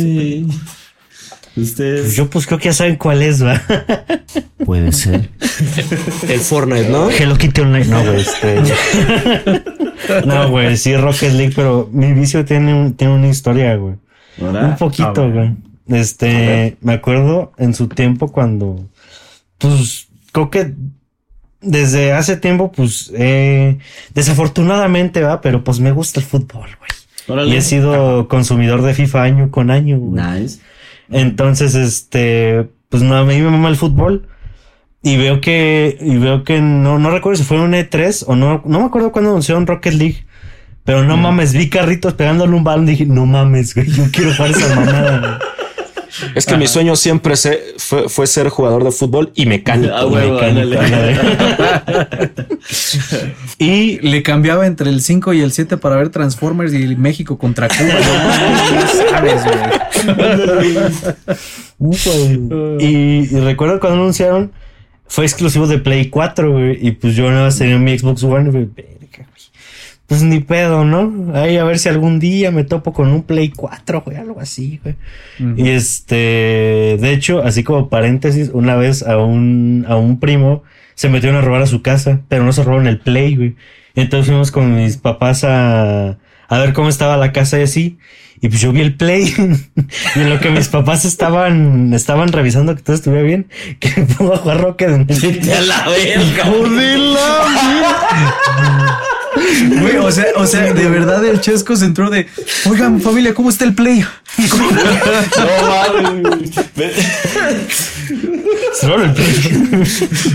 Ustedes. Yo pues creo que ya saben cuál es, ¿va? Puede ser. El Fortnite, ¿no? Hello Kitty Online. No, güey, No, güey, sí, Rocket League, pero mi vicio tiene una historia, güey. Un poquito, güey. Me acuerdo en su tiempo cuando, pues, creo que desde hace tiempo, pues, desafortunadamente, va, pero pues me gusta el fútbol, güey. Órale. Y he sido consumidor de FIFA año con año, güey. Nice. Entonces, pues no, a mí me mama el fútbol. Y veo que no recuerdo si fue un E3 o no me acuerdo cuándo anunciaron Rocket League. Pero no mames, vi carritos pegándole un balón. Dije, no mames, güey, yo quiero jugar esa mamada, güey. Es que mi sueño siempre fue ser jugador de fútbol y mecánico. Y le cambiaba entre el 5 y el 7 para ver Transformers y México contra Cuba. No sabes, güey. Y recuerdo cuando anunciaron, fue exclusivo de Play 4, güey. Y pues yo nada más tenía mi Xbox One, güey. Pues ni pedo, ¿no? Ahí a ver si algún día me topo con un Play 4, güey, algo así, güey. Uh-huh. Y de hecho, así como paréntesis, una vez a un primo se metieron a robar a su casa, pero no se robaron el Play, güey. Entonces fuimos con mis papás a ver cómo estaba la casa y así. Y pues yo vi el Play. Y en lo que mis papás estaban revisando que todo estuviera bien, que me pongo a jugar Rocket en el... ¡A la verga! Güey, o sea, de verdad el Chesco se entró de, oigan, familia, ¿cómo está el Play? No mames. Solo el Play.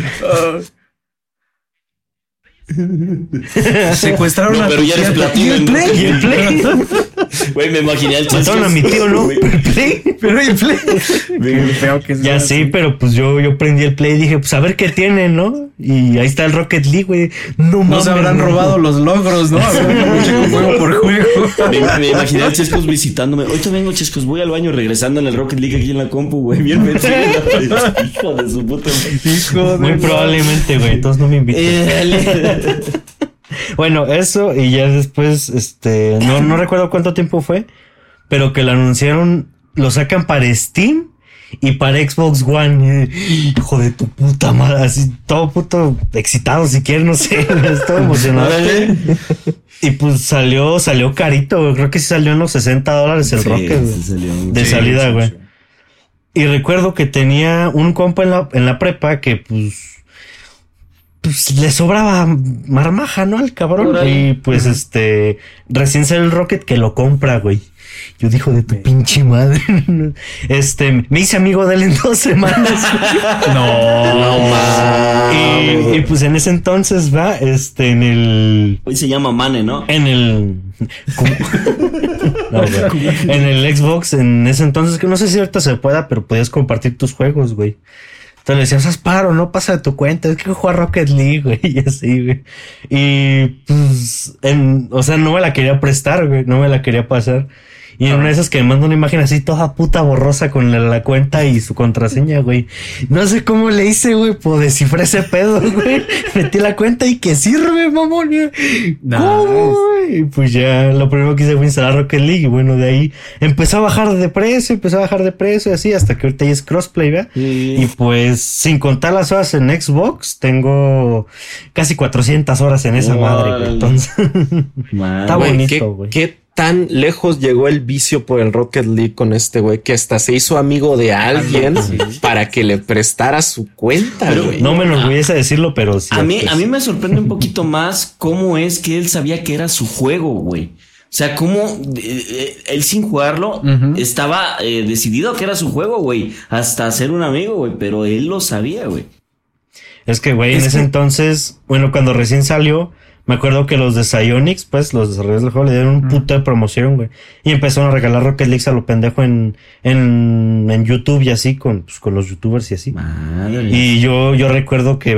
Secuestraron pero ya eres platino. ¿Y el Play? Güey, me imaginé al Chesco. Mataron a mi tío, ¿no? ¿El Play? Pero el Play. Feo que ya sí, pero pues yo prendí el Play y dije, pues a ver qué tiene, ¿no? Y ahí está el Rocket League, güey. No se habrán robado los logros, ¿no? A ver, juego por juego. Me imaginé al Chescos visitándome. Ahorita vengo, Chescos, voy al baño regresando en el Rocket League aquí en la compu, güey. Bien metido. Hijo de su puta. Muy probablemente, güey. Entonces no me inviten. Bueno, eso y ya después, no recuerdo cuánto tiempo fue, pero que lo anunciaron, lo sacan para Steam y para Xbox One. Hijo de tu puta madre, así todo puto excitado si quieres, no sé, estoy emocionado. Y pues salió carito, güey. Creo que sí salió en los $60 el Rocket, güey, de salida, güey. Y recuerdo que tenía un compa en la prepa que pues le sobraba marmaja, ¿no? Al cabrón. Y pues recién sale el Rocket que lo compra, güey. Yo dijo de tu pinche madre. Me hice amigo de él en 2 semanas. No mames. Y pues en ese entonces va, en el... Hoy se llama Mane, ¿no? En el... No, en el Xbox, en ese entonces, que no sé si ahorita se pueda, pero podías compartir tus juegos, güey. Entonces le decías, haz paro, no pasa de tu cuenta, es que jugar Rocket League, güey, y así, güey. Y pues, o sea, no me la quería prestar, güey, no me la quería pasar. Y en una de esas que me manda una imagen así toda puta borrosa con la cuenta y su contraseña, güey. No sé cómo le hice, güey, pues descifré ese pedo, güey. Metí la cuenta y que sirve, mamón, güey. ¿Cómo, güey? Y pues ya lo primero que hice fue instalar Rocket League. Y bueno, de ahí empezó a bajar de precio y así hasta que ahorita ya es crossplay, ¿verdad? Y pues sin contar las horas en Xbox, tengo casi 400 horas en esa madre, güey. Entonces, está bonito, güey. ¿Qué tan lejos llegó el vicio por el Rocket League con este güey que hasta se hizo amigo de alguien para que le prestara su cuenta, güey? No me enorgullece decirlo, pero sí. A mí me sorprende un poquito más cómo es que él sabía que era su juego, güey. O sea, cómo él sin jugarlo estaba decidido que era su juego, güey. Hasta hacer un amigo, güey. Pero él lo sabía, güey. Es que, güey, en ese entonces, bueno, cuando recién salió, me acuerdo que los de Psyonix, pues, los desarrolladores del juego le dieron un puto de promoción, güey. Y empezaron a regalar Rocket League a lo pendejo en YouTube y así, con los youtubers y así. Madre. Y yo recuerdo que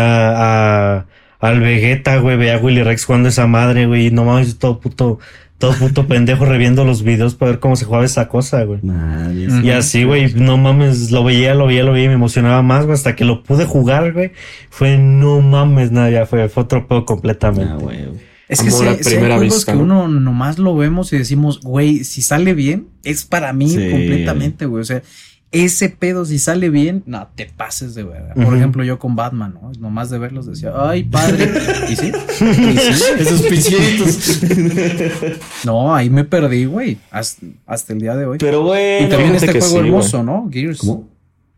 veía al Vegeta, güey, veía a Willy Rex jugando esa madre, güey. No mames, todo puto pendejo reviendo los videos para ver cómo se jugaba esa cosa, güey. Madre. Y así, güey, no mames, lo veía y me emocionaba más, güey, hasta que lo pude jugar, güey. Fue, no mames, nada, ya fue otro pedo completamente. Güey. Es que si hay juegos que uno nomás lo vemos y decimos, güey, si sale bien, es para mí completamente, güey. O sea, ese pedo, si sale bien, no te pases de verdad. Por ejemplo, yo con Batman, ¿no? Nomás de verlos decía, ay, padre. ¿Y sí? Esos pichitos. No, ahí me perdí, güey. Hasta el día de hoy. Pero, güey. Y también este juego hermoso, ¿no? Gears. ¿Cómo?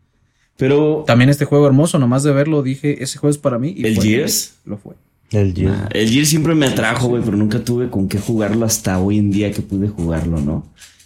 Pero. También este juego hermoso, nomás de verlo dije, ese juego es para mí. Y ¿El Gears? Lo fue. El Gears. El Gears siempre me atrajo, güey, pero nunca tuve con qué jugarlo hasta hoy en día que pude jugarlo, ¿no?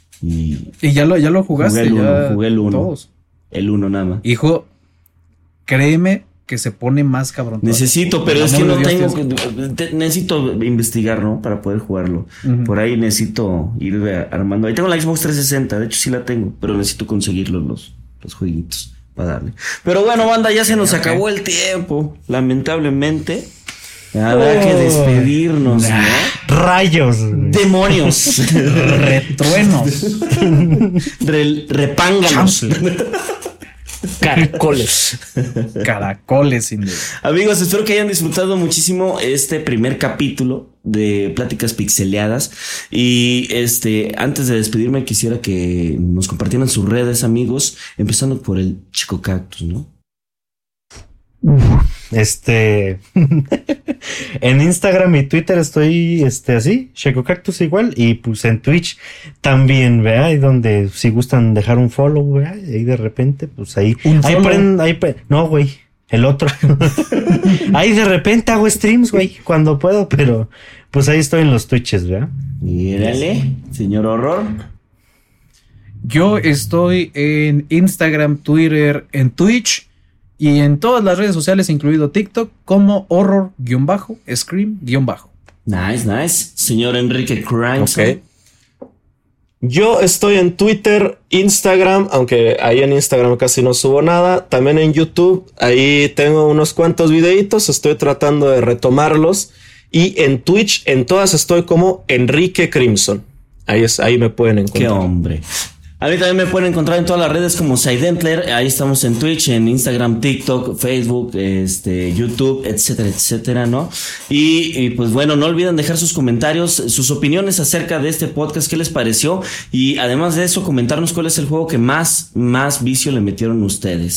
Y ya lo jugaste. Jugué el 1. Todos. El 1 nada más. Hijo, créeme que se pone más cabrón. Necesito, pero es que no tengo. Necesito investigar, ¿no? Para poder jugarlo. Por ahí necesito ir armando. Ahí tengo la Xbox 360, de hecho sí la tengo, pero necesito conseguirlo los jueguitos para darle. Pero bueno, banda, ya se nos acabó el tiempo, lamentablemente. Habrá que despedirnos, ¿no? Rayos. Demonios. Retruenos. Repánganos. Caracoles. Caracoles, sin duda. Amigos, espero que hayan disfrutado muchísimo este primer capítulo de Pláticas Pixeleadas. Y antes de despedirme, quisiera que nos compartieran sus redes, amigos, empezando por el Chico Cactus, ¿no? En Instagram y Twitter estoy así, Checo Cactus igual, y pues en Twitch también, ¿verdad? Ahí donde si gustan dejar un follow, ¿verdad? Y ahí de repente, pues ahí no, güey, el otro. Ahí de repente hago streams, güey, cuando puedo, pero pues ahí estoy en los Twitches, ¿verdad? Mírale, señor Horror. Yo estoy en Instagram, Twitter, en Twitch y en todas las redes sociales, incluido TikTok, como horror-scream-. Nice. Señor Enrique Crimes. Ok. Yo estoy en Twitter, Instagram, aunque ahí en Instagram casi no subo nada. También en YouTube, ahí tengo unos cuantos videitos, estoy tratando de retomarlos. Y en Twitch, en todas estoy como Enrique Crimson. Ahí me pueden encontrar. Qué hombre. A mí también me pueden encontrar en todas las redes como Sidentler. Ahí estamos en Twitch, en Instagram, TikTok, Facebook, YouTube, etcétera, etcétera, ¿no? Y pues bueno, no olviden dejar sus comentarios, sus opiniones acerca de este podcast, qué les pareció. Y además de eso, comentarnos cuál es el juego que más vicio le metieron ustedes.